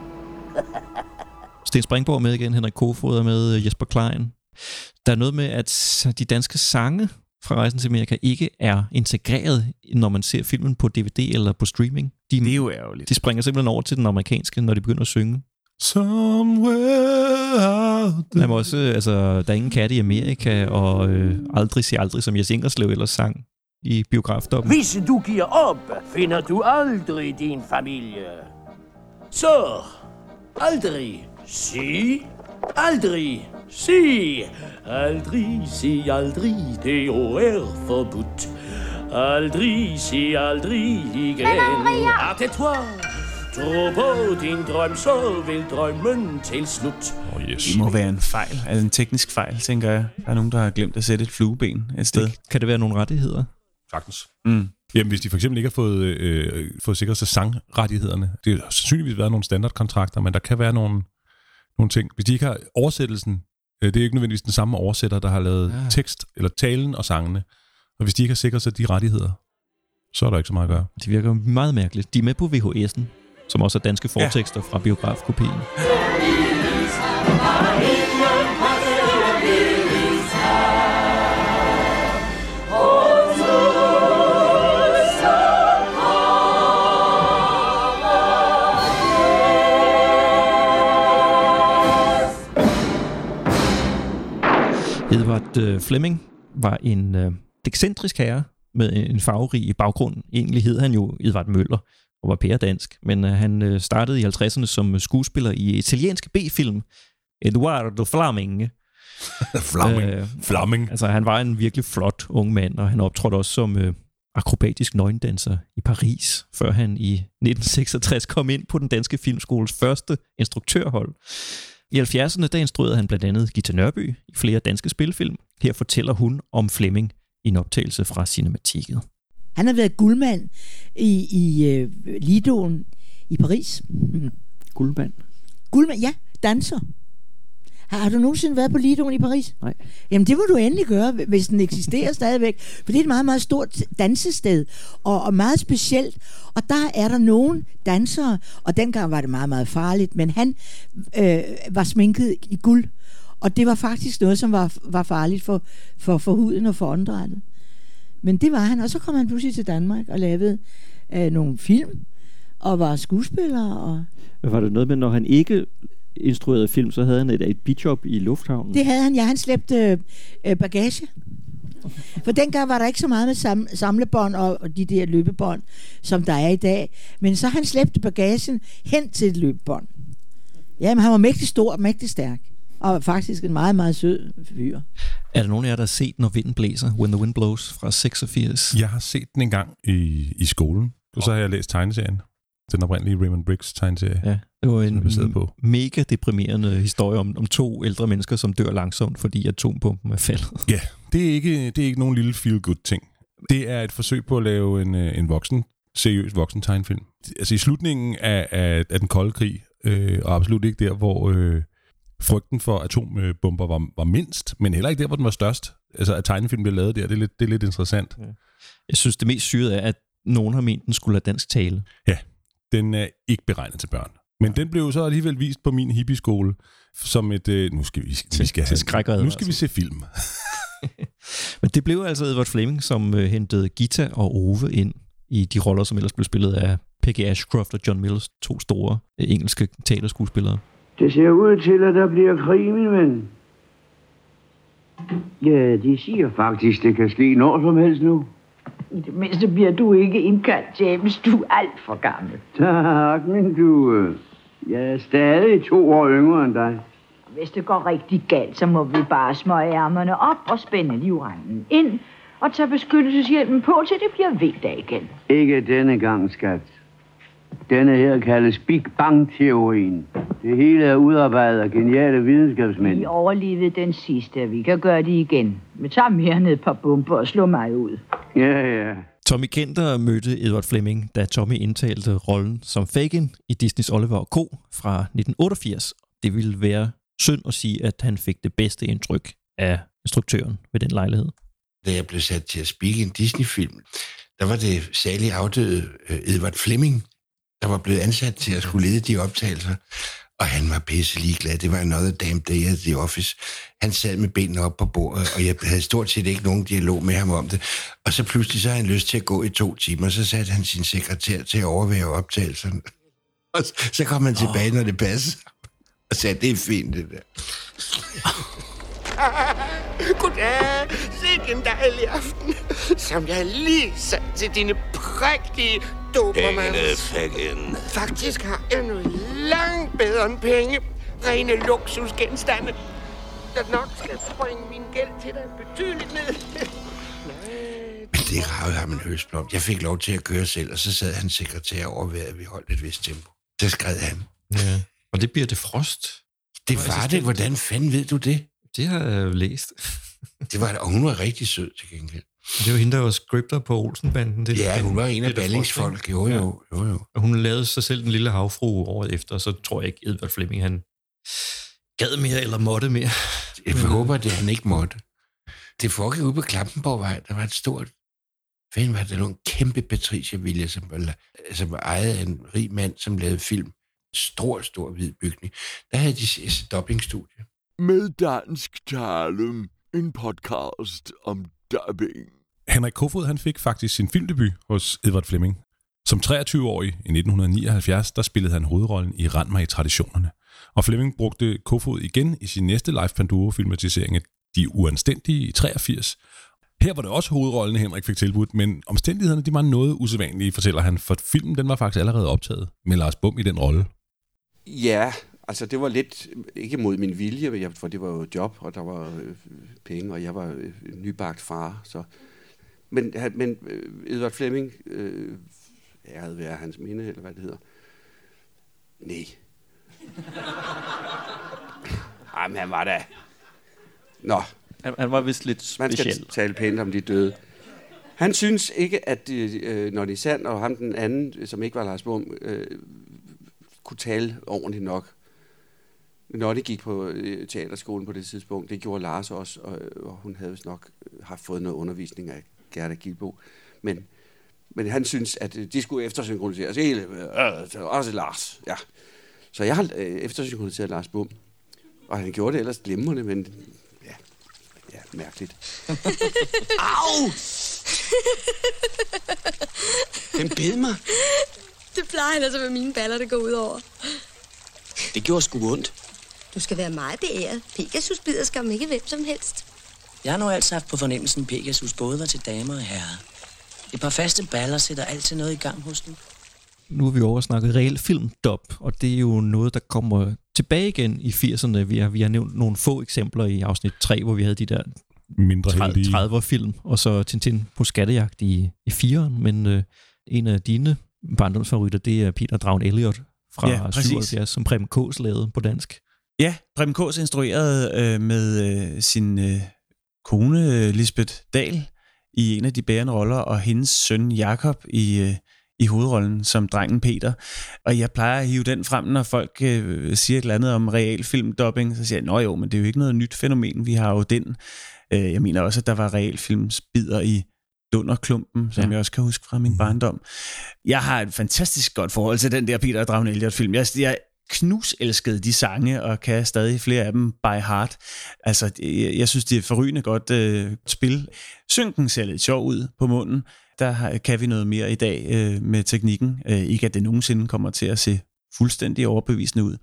Sten Springborg er med igen, Henrik Kofod er med, Jesper Klein. Der er noget med, at de danske sange fra Rejsen til Amerika ikke er integreret, når man ser filmen på DVD eller på streaming. Det er jo ærgerligt. De springer simpelthen over til den amerikanske, når de begynder at synge. Somewhere out there. Også, altså, der er ingen katte i Amerika, og aldrig sig aldrig, som Jes Ingerslev ellers sang i biografdubben. Hvis du giver op, finder du aldrig din familie. Så, aldrig sig, aldrig sig, aldrig sig aldrig, det er forbudt. Aldrig sig aldrig igen. Arrête-toi. Tro på din drøm, så vil drømmen til slut. Det må være en fejl, altså en teknisk fejl, tænker jeg. Der er nogen, der har glemt at sætte et flueben et sted. Kan det være nogle rettigheder? Sagtens. Jamen, hvis de for eksempel ikke har fået sikret sig sangrettighederne, det har sandsynligvis været nogle standardkontrakter, men der kan være nogle ting. Hvis de ikke har oversættelsen, det er ikke nødvendigvis den samme oversætter, der har lavet tekst, eller talen og sangene, og hvis de ikke har sikret sig de rettigheder, så er der ikke så meget at gøre. Det virker meget mærkeligt. De er med på VHS'en, som også er danske fortekster fra biografkopien. Edward Fleming var en ekscentrisk herre med en farverig baggrund. Egentlig hed han jo Edvard Møller og var pæredansk, men han startede i 50'erne som skuespiller i italienske B-film Eduardo Flaming. Flaming. Altså han var en virkelig flot ung mand, og han optrådte også som akrobatisk nøgendanser i Paris, før han i 1966 kom ind på den danske filmskoles første instruktørhold. I 70'erne der instruerede han blandt andet Githa Nørby i flere danske spilfilm. Her fortæller hun om Fleming i en optagelse fra Cinematiket. Han har været guldmand i Lidoen i Paris. Guldmand? Guldmand, ja. Danser. Har du nogensinde været på Lidoen i Paris? Nej. Jamen det må du endelig gøre, hvis den eksisterer stadigvæk. For det er et meget, meget stort dansested, og meget specielt. Og der er der nogle dansere, og dengang var det meget, meget farligt, men han var sminket i guld. Og det var faktisk noget, som var farligt for huden og for åndedrættet. Men det var han, og så kom han pludselig til Danmark og lavede nogle film, og var skuespiller. Og var det noget med, når han ikke instruerede film, så havde han et bijob i lufthavnen? Det havde han, ja. Han slæbte bagage. For dengang var der ikke så meget med samlebånd og de der løbebånd, som der er i dag. Men så han slæbte bagagen hen til et løbebånd. Jamen, han var mægtig stor og mægtig stærk. Og faktisk en meget, meget sød fyr. Er der nogen af jer, der har set Når vinden blæser, When the Wind Blows fra 86? Jeg har set den engang i skolen, og så har jeg læst tegneserien. Den oprindelige Raymond Briggs tegneserie. Ja, det var en mega deprimerende historie om 2 ældre mennesker, som dør langsomt, fordi atombomben er faldet. Ja, det er ikke nogen lille feel-good ting. Det er et forsøg på at lave en seriøs voksen tegnefilm. Altså i slutningen af den kolde krig, og absolut ikke der, hvor frygten for atombomber var mindst, men heller ikke der, hvor den var størst. Altså at tegnefilm bliver lavet der, det er lidt interessant. Ja. Jeg synes, det mest syrede er, at nogen har ment, den skulle have dansk tale. Ja, den er ikke beregnet til børn. Men den blev så alligevel vist på min hippieskole som et... nu skal vi se film. Men det blev altså Edward Fleming, som hentede Githa og Ove ind i de roller, som ellers blev spillet af Peggy Ashcroft og John Mills, 2 store engelske teaterskuespillere. Det ser ud til, at der bliver krig, min ven. Ja, de siger faktisk, det kan ske når som helst nu. I det mindste bliver du ikke indkaldt, James. Du er alt for gammel. Tak, men du... Jeg er stadig 2 år yngre end dig. Hvis det går rigtig galt, så må vi bare smøge ærmerne op og spænde livrenden ind og tage beskyttelseshjelmen på, til det bliver vinter igen. Ikke denne gang, skat. Denne her kaldes Big Bang-teorien. Det hele er udarbejdet af geniale videnskabsmænd. Vi overlevede den sidste, vi kan gøre det igen. Vi tager mere ned et par bomber og slår mig ud. Ja. Tommy Kenter mødte Edward Fleming, da Tommy indtalte rollen som Fagin i Disneys Oliver & Co. fra 1988. Det ville være synd at sige, at han fik det bedste indtryk af instruktøren ved den lejlighed. Da jeg blev sat til at speake en Disney-film, der var det særlig afdøde Edward Fleming, der var blevet ansat til at skulle lede de optagelser, og han var pisse ligeglad. Det var another damn day at the office. Han sad med benene op på bordet, og jeg havde stort set ikke nogen dialog med ham om det. Og så pludselig så havde han lyst til at gå i 2 timer, så satte han sin sekretær til at overvære optagelserne. Og så kom han tilbage, når det passede, og sagde, det er fint, det der. Goddag, sikke en dejlig aften, som jeg lige sat til dine prægtige dobermanns. Faktisk har jeg noget langt bedre end penge. Rene luksusgenstande, der nok skal springe min gæld til dig betydeligt ned. Men det gravede ham en høstblom. Jeg fik lov til at køre selv, og så sad hans sekretær over, at vi holdt et vist tempo. Så skred han. Ja, og det bliver det Frost. Det var det. Hvordan fanden ved du det? Det har jeg læst. Det var det, og hun var rigtig sød til gengæld. Det var hende, der var scripter på Olsenbanden. Det, ja, hun var en af Ballingsfolk. Jo. Og hun lavede sig selv den lille havfrue året efter, så tror jeg ikke, Edward Fleming, han gad mere eller måtte mere. Jeg håber, det han ikke måtte. Det foregik ude på Klampenborgvej. Der var et stort... Hvad var det? En kæmpe Patricia-villa, som var ejet af en rig mand, som lavede film. Stor hvid bygning. Der havde de dubbingstudie. Med dansk tale, en podcast om dubbing. Henrik Koefoed, han fik faktisk sin filmdebut hos Edward Fleming. Som 23-årig i 1979, der spillede han hovedrollen i Rend mig i traditionerne. Og Fleming brugte Koefoed igen i sin næste Leif Panduro-filmatisering af De Uanstændige i 83. Her var det også hovedrollen, Henrik fik tilbudt, men omstændighederne de var noget usædvanlige, fortæller han, for filmen den var faktisk allerede optaget med Lars Bum i den rolle. Ja, altså det var lidt, ikke mod min vilje, for det var jo job, og der var penge, og jeg var nybagt far. Så. Men Edward Fleming, æret være hans minde, eller hvad det hedder. Nej. Ej, men han var da... Nå. Han var vist lidt speciel. Man skal tale pænt om de døde. Han synes ikke, at Nonny Sand og ham den anden, som ikke var Lars Bum, kunne tale ordentligt nok. Nonny gik på teaterskolen på det tidspunkt. Det gjorde Lars også, og hun havde vist nok haft fået noget undervisning af Gerda Gilbo. Men han synes, at de skulle eftersynkroniseres hele, også Lars. Ja. Så jeg har eftersynkroniseret Lars Bum. Og han gjorde det ellers glimrende, men ja, mærkeligt. Au! Den bed mig. Det plejer altså med mine baller, det går ud over. Det gjorde sgu ondt. Du skal være meget beæret. Pegasus bider skam ikke hvem som helst. Jeg har nu altid haft på fornemmelsen, at Pegasus både var til damer og herrer. Et par faste baller sætter altid noget i gang hos dem. Nu er vi over snakket reel filmdub, og det er jo noget, der kommer tilbage igen i 80'erne. Vi har nævnt nogle få eksempler i afsnit 3, hvor vi havde de der mindre 30'er film, og så Tintin på skattejagt i 4'eren, men en af dine barndomsfavoritter, det er Peter Dragen Elliot fra 77, som Preben Kaas lavede på dansk. Ja, Preben Kaas instruerede med sin kone Lisbeth Dahl i en af de bærende roller, og hendes søn Jakob i hovedrollen som drengen Peter. Og jeg plejer at hive den frem, når folk siger et eller andet om realfilmdubbing, så siger jeg, nå jo, men det er jo ikke noget nyt fænomen, vi har jo den. Jeg mener også, at der var realfilmsbider i Dunderklumpen, som jeg også kan huske fra min barndom. Jeg har et fantastisk godt forhold til den der Peter Dragen Elliot-film. Jeg knuselskede de sange, og kan stadig flere af dem by heart. Altså, jeg synes, det er forrygende godt spil. Synken ser lidt sjov ud på munden. Der kan vi noget mere i dag med teknikken. Ikke at det nogensinde kommer til at se fuldstændig overbevisende ud.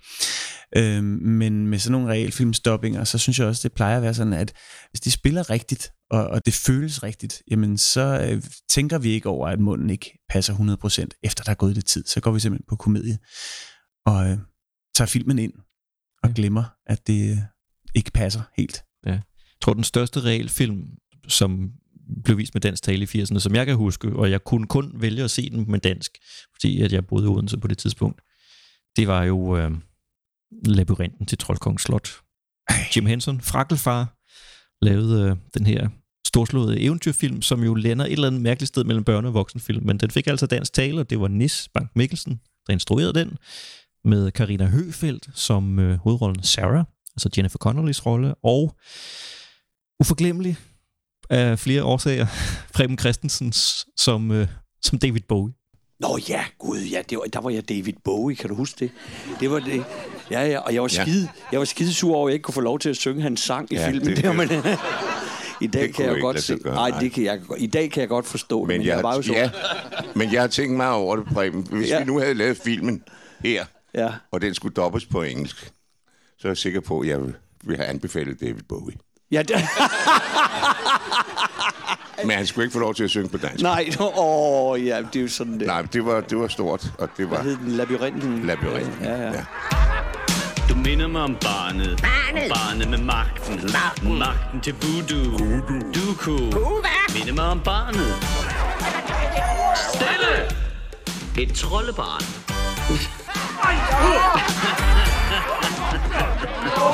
Men med sådan nogle realfilmstoppinger, så synes jeg også, det plejer at være sådan, at hvis de spiller rigtigt, og det føles rigtigt, jamen så tænker vi ikke over, at munden ikke passer 100% efter der er gået lidt tid. Så går vi simpelthen på komedie og tager filmen ind og glemmer, at det ikke passer helt. Ja. Jeg tror, den største realfilm, som blev vist med dansk tale i 80'erne, som jeg kan huske, og jeg kunne kun vælge at se den med dansk, fordi at jeg boede i Odense på det tidspunkt, det var jo Labyrinten til Troldkongens Slot. Jim Henson, Frakkelfar, lavede den her storslåede eventyrfilm, som jo lander et eller andet mærkeligt sted mellem børne- og voksenfilm, men den fik altså dansk tale, og det var Nis Bank Mikkelsen, der instruerede den, med Carina Høfeldt som hovedrollen Sarah, altså Jennifer Connellys rolle, og uforglemmelig af flere årsager, Preben Christensen som David Bowie. Nå ja, gud, ja, der var jeg David Bowie, kan du huske det? Det var det. Ja, og jeg var skide sur over, at jeg ikke kunne få lov til at synge hans sang i filmen. Det men, i dag kan jeg godt se. I dag kan jeg godt forstå det, men jeg var jo så. Ja, men jeg har tænkt meget over det, Preben. Hvis vi nu havde lavet filmen her, og den skulle dobbes på engelsk, så er jeg sikker på, at jeg vil have anbefalet David Bowie. Ja, men han skulle ikke få lov til at synge på dansk. Nej, ja, det er jo sådan det. Nej, det var stort, og det var... Hvad hed den? Labyrinten? Labyrinten, ja. Du minder mig om barnet. Barnet med magten. Magten til voodoo. Duku. Minder mig om barnet. Stille! Et troldebarn.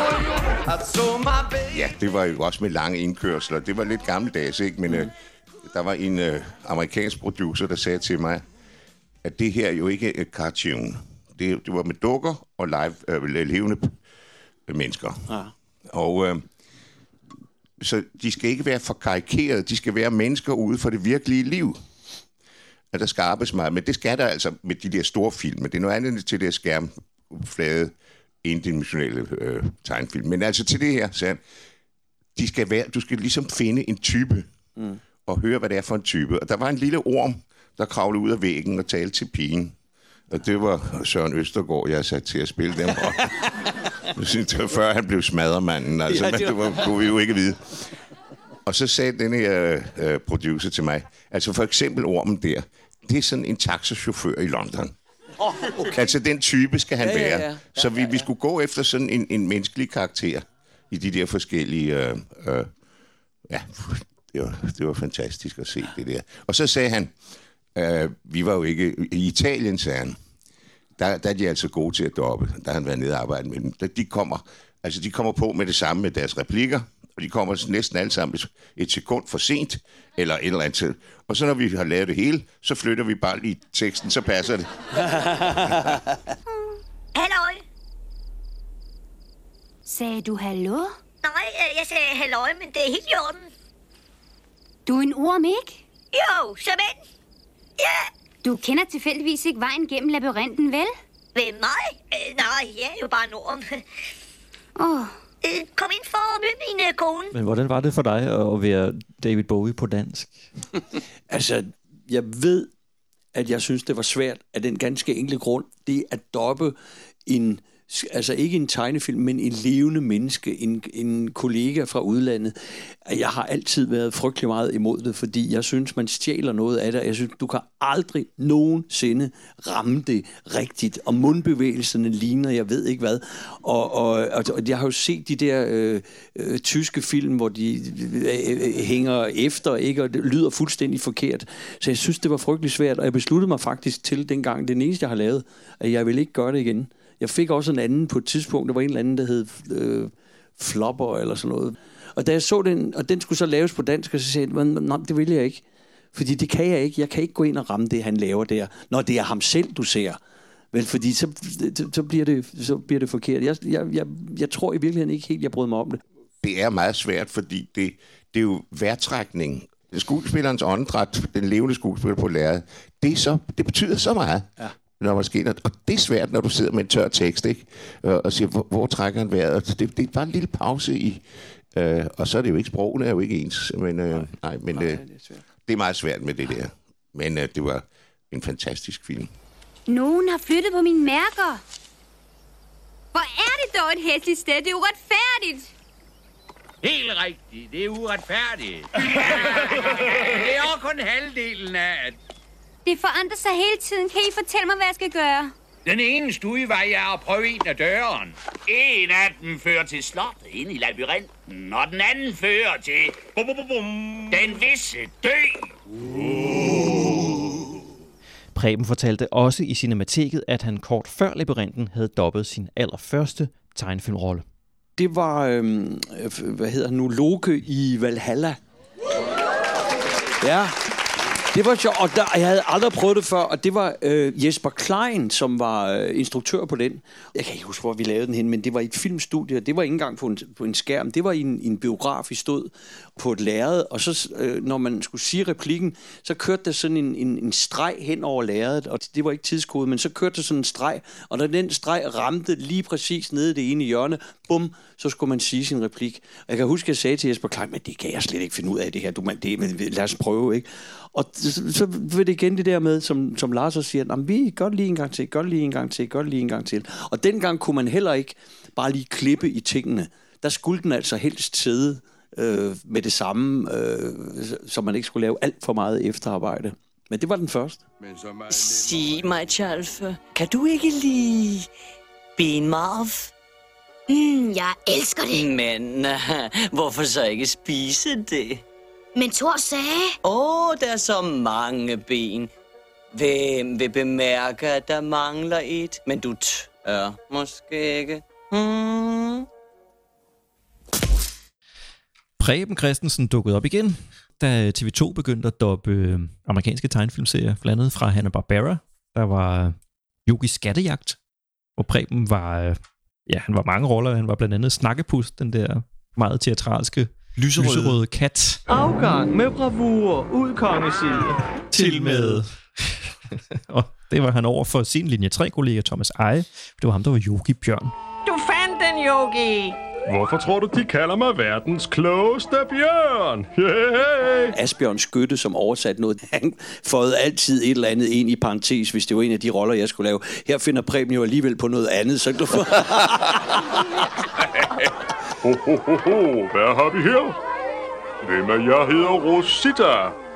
Ja, det var jo også med lange indkørsler. Det var lidt gammeldags, ikke? Men der var en amerikansk producer, der sagde til mig, at det her jo ikke er et cartoon. Det var med dukker og levende mennesker. Ja. Og så de skal ikke være for karikerede, de skal være mennesker ude for det virkelige liv. At der skal arbejdes meget, men det skal der altså med de der store film. Det er noget andet til det her skærmflade, endimensionelle tegnfilm. Men altså til det her, så du skal ligesom finde en type, og høre, hvad det er for en type. Og der var en lille orm, der kravlede ud af væggen og talte til pigen. Og det var Søren Østergaard, jeg sat til at spille dem. Det var før han blev smadremanden, altså, men det kunne vi jo ikke vide. Og så sagde denne her producer til mig, altså for eksempel ormen der, det er sådan en taxachauffør i London. Okay. Altså den type skal han være. Ja. Så vi skulle gå efter sådan en menneskelig karakter i de der forskellige... det var fantastisk at se det der. Og så sagde han, vi var jo ikke... I Italien, sagde han, der er de altså gode til at doppe. Der har han været nede og arbejde med dem. De kommer på med det samme med deres replikker, og de kommer næsten alle sammen et sekund for sent, eller et eller andet tid. Og så når vi har lavet det hele, så flytter vi bare lige teksten, så passer det. Halløj. Sagde du hallo? Nej, jeg sagde halløj, men det er helt i orden. Du er en orm, ikke? Jo, såmænd. Ja. Du kender tilfældigvis ikke vejen gennem labyrinten, vel? Hvem, mig? Nej, jeg er jo bare en orm. Kom ind for at møde min kone. Men hvordan var det for dig at være David Bowie på dansk? Altså, jeg ved, at jeg synes, det var svært af den ganske enkle grund. Det at doppe altså ikke en tegnefilm, men en levende menneske, en kollega fra udlandet. Jeg har altid været frygtelig meget imod det, fordi jeg synes, man stjæler noget af det. Jeg synes, du kan aldrig nogensinde ramme det rigtigt, og mundbevægelserne ligner, jeg ved ikke hvad. Og jeg har jo set de der tyske film, hvor de hænger efter, ikke, og det lyder fuldstændig forkert. Så jeg synes, det var frygtelig svært, og jeg besluttede mig faktisk til dengang, det eneste, jeg har lavet, at jeg vil ikke gøre det igen. Jeg fik også en anden på et tidspunkt, der var en eller anden, der hed Flopper eller sådan noget. Og da jeg så den, og den skulle så laves på dansk, så sagde jeg, nej, det vil jeg ikke. Fordi det kan jeg ikke. Jeg kan ikke gå ind og ramme det, han laver der. Når det er ham selv, du ser. Vel, fordi så bliver det forkert. Jeg tror i virkeligheden ikke helt, jeg bryder mig om det. Det er meget svært, fordi det er jo vejrtrækning. Skuespillerens åndedræt, den levende skuespiller på lærredet, det betyder så meget. Ja. Når man sker, og det er svært, når du sidder med en tør tekst, ikke? Og siger, hvor trækker han vejret? Det er bare en lille pause i, og så er det jo ikke, sprogene er jo ikke ens, men, det er meget svært med det der. Men det var en fantastisk film. Nogen har flyttet på mine mærker. Hvor er det dog et hæsligt sted? Det er uretfærdigt. Helt rigtigt, det er uretfærdigt. Det er også kun halvdelen af... Det forandrer sig hele tiden. Kan I fortælle mig, hvad jeg skal gøre? Den eneste udvej er at prøve en af døren. En af dem fører til slottet ind i labyrinten, og den anden fører til... den visse dø. Preben fortalte også i Cinemateket, at han kort før labyrinten havde dobbet sin allerførste tegnefilmrolle. Det var, Loke i Valhalla. Ja. Det var sjovt, og jeg havde aldrig prøvet det før, og det var Jesper Klein, som var instruktør på den. Jeg kan ikke huske, hvor vi lavede den hen, men det var i et filmstudie, og det var ikke engang på en skærm. Det var i en biograf, vi stod på et lærred, og så når man skulle sige replikken, så kørte der sådan en streg hen over lærredet, og det var ikke tidskode, men så kørte der sådan en streg, og da den streg ramte lige præcis nede i det ene hjørne, bum, så skulle man sige sin replik. Og jeg kan huske, at jeg sagde til Jesper Klein, men det kan jeg slet ikke finde ud af det her, lad os prøve, ikke? Og så vil det igen det der med, som Lars så siger, vi gør lige en gang til. Og dengang kunne man heller ikke bare lige klippe i tingene. Der skulle den altså helst sidde med det samme, så man ikke skulle lave alt for meget efterarbejde. Men det var den første. Sig mig, Charles, kan du ikke lide benmarv? Jeg elsker det. Men hvorfor så ikke spise det? Men Thor sagde... der er så mange ben. Hvem vil bemærke, at der mangler et? Men du tør måske ikke. Preben Christensen dukkede op igen. da TV2 begyndte at dobbe amerikanske tegnefilmserier, blandt andet fra Hanna-Barbera. Der var Yogi Skattejagt, hvor Preben var, han var mange roller. Han var blandt andet Snakkepus, den der meget teatralske lyserøde kat. Afgang med bravur, ud kongeside. Til med. Og det var han over for sin linje 3-kollega Thomas Eje. Det var ham, der var Yogi Bjørn. Du fandt den, Yogi! Hvorfor tror du, de kalder mig verdens klogeste bjørn? Yeah. Asbjørn Skytte, som oversat noget, han fåede altid et eller andet ind i parentes, hvis det var en af de roller, jeg skulle lave. Her finder Preben jo alligevel på noget andet, så du får... Hvad har vi her? Hvem er jeg hedder Rosita?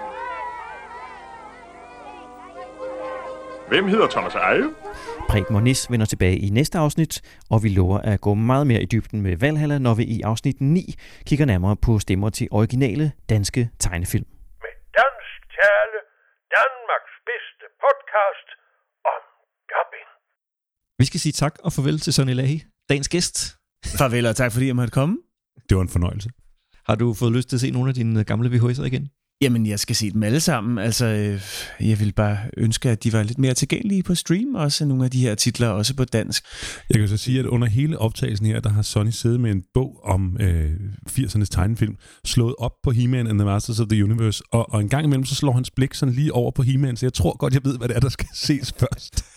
Hvem hedder Thomas Eje? Preben og Nis vender tilbage i næste afsnit, og vi lover at gå meget mere i dybden med Valhalla, når vi i afsnit 9 kigger nærmere på stemmer til originale danske tegnefilm. Med dansk tale, Danmarks bedste podcast om dubbing. Vi skal sige tak og farvel til Sonny Lahi, dagens gæst. Farvel og tak, fordi jeg måtte komme. Det var en fornøjelse. Har du fået lyst til at se nogle af dine gamle VHS'er igen? Jamen, jeg skal se dem alle sammen. Altså, jeg vil bare ønske, at de var lidt mere tilgængelige på stream, også nogle af de her titler, også på dansk. Jeg kan så sige, at under hele optagelsen her, der har Sonny siddet med en bog om 80'ernes tegnefilm, slået op på He-Man and the Masters of the Universe, og en gang imellem, så slår hans blik sådan lige over på He-Man, så jeg tror godt, jeg ved, hvad det er, der skal ses først.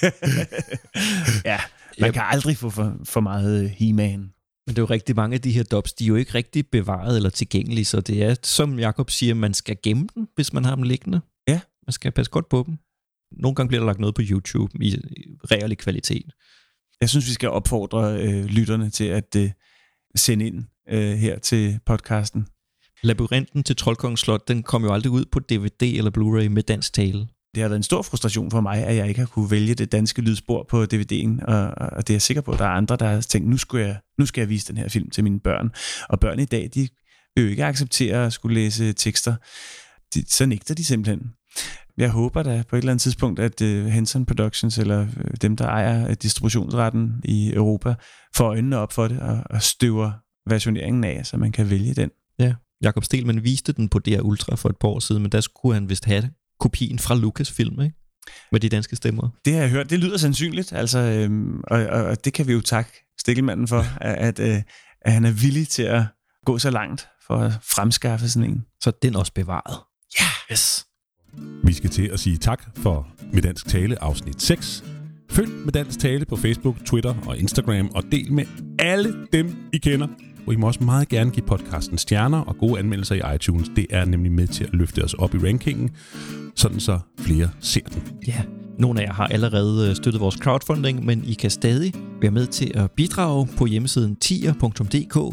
Ja, man kan aldrig få for meget He-Man. Men det er jo rigtig mange af de her dubs, de er jo ikke rigtig bevaret eller tilgængelige, så det er, som Jakob siger, man skal gemme dem, hvis man har dem liggende. Ja. Man skal passe godt på dem. Nogle gange bliver der lagt noget på YouTube i reel kvalitet. Jeg synes, vi skal opfordre lytterne til at sende ind her til podcasten. Labyrinten til Troldkongens Slot, den kom jo aldrig ud på DVD eller Blu-ray med dansk tale. Det har været en stor frustration for mig, at jeg ikke har kunne vælge det danske lydspor på DVD'en, og det er jeg sikker på, at der er andre, der har tænkt, nu skal jeg vise den her film til mine børn. Og børn i dag, de vil jo ikke acceptere at skulle læse tekster. Så nægter de simpelthen. Jeg håber da på et eller andet tidspunkt, at Henson Productions, eller dem, der ejer distributionsretten i Europa, får øjnene op for det og støver versioneringen af, så man kan vælge den. Ja, Jakob Stelman viste den på DR Ultra for et par år siden, men der skulle han vist have kopien fra Lucasfilm, ikke? Med de danske stemmer. Det har jeg hørt. Det lyder sandsynligt, altså, og det kan vi jo takke Stikkelmanden for, at han er villig til at gå så langt for at fremskaffe sådan en. Så den også bevaret. Ja, yes. Vi skal til at sige tak for Med Dansk Tale afsnit 6. Følg Med Dansk Tale på Facebook, Twitter og Instagram, og del med alle dem, I kender. Og I må også meget gerne give podcasten stjerner og gode anmeldelser i iTunes. Det er nemlig med til at løfte os op i rankingen, sådan så flere ser den. Ja, nogle af jer har allerede støttet vores crowdfunding, men I kan stadig være med til at bidrage på hjemmesiden tier.dk,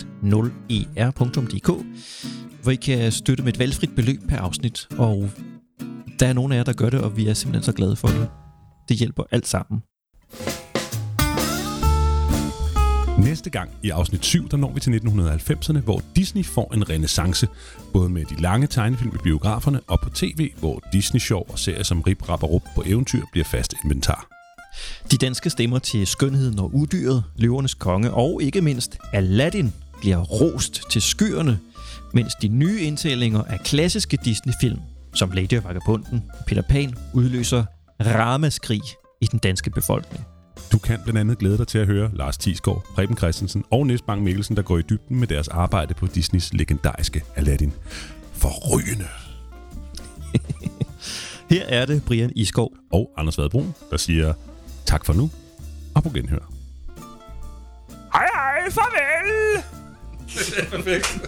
10er.dk, hvor I kan støtte med et valgfrit beløb per afsnit. Og der er nogle af jer, der gør det, og vi er simpelthen så glade for det. Det hjælper alt sammen. Næste gang i afsnit 7, der når vi til 1990'erne, hvor Disney får en renæssance, både med de lange tegnefilm i biograferne og på tv, hvor Disney-show og serier som Rip, Rap og Rup på eventyr bliver fast inventar. De danske stemmer til Skønheden og Udyret, Løvernes Konge og ikke mindst Aladdin bliver rost til skyerne, mens de nye indtællinger af klassiske Disney-film, som Lady og Vagabunden og Peter Pan, udløser ramaskrig i den danske befolkning. Du kan blandt andet glæde dig til at høre Lars Thiesgaard, Preben Christensen og Niels Bang Mikkelsen, der går i dybden med deres arbejde på Disneys legendariske Aladdin. Forrygende! Her er det Brian Iskov og Anders Vadbrun, der siger tak for nu og på genhør. Hej hej, farvel! Perfekt.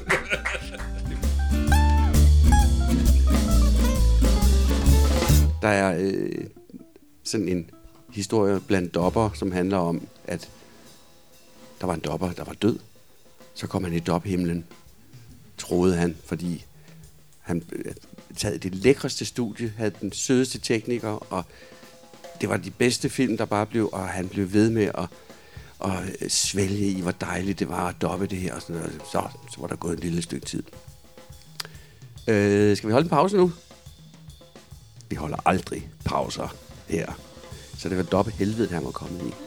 Der er sådan en historie blandt dopper, som handler om, at der var en dopper, der var død. Så kom han i dophimlen, troede han, fordi han taget det lækreste studie, havde den sødeste tekniker, og det var de bedste film, der bare blev, og han blev ved med at svælge i, hvor dejligt det var at doppe det her, og sådan noget. Så var der gået en lille stykke tid. Skal vi holde en pause nu? Vi holder aldrig pauser her. Så det var doppe helvede, han var kommet i.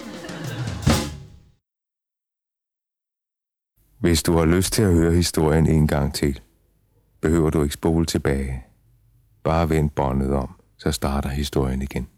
Hvis du har lyst til at høre historien en gang til, behøver du ikke spole tilbage. Bare vend båndet om, så starter historien igen.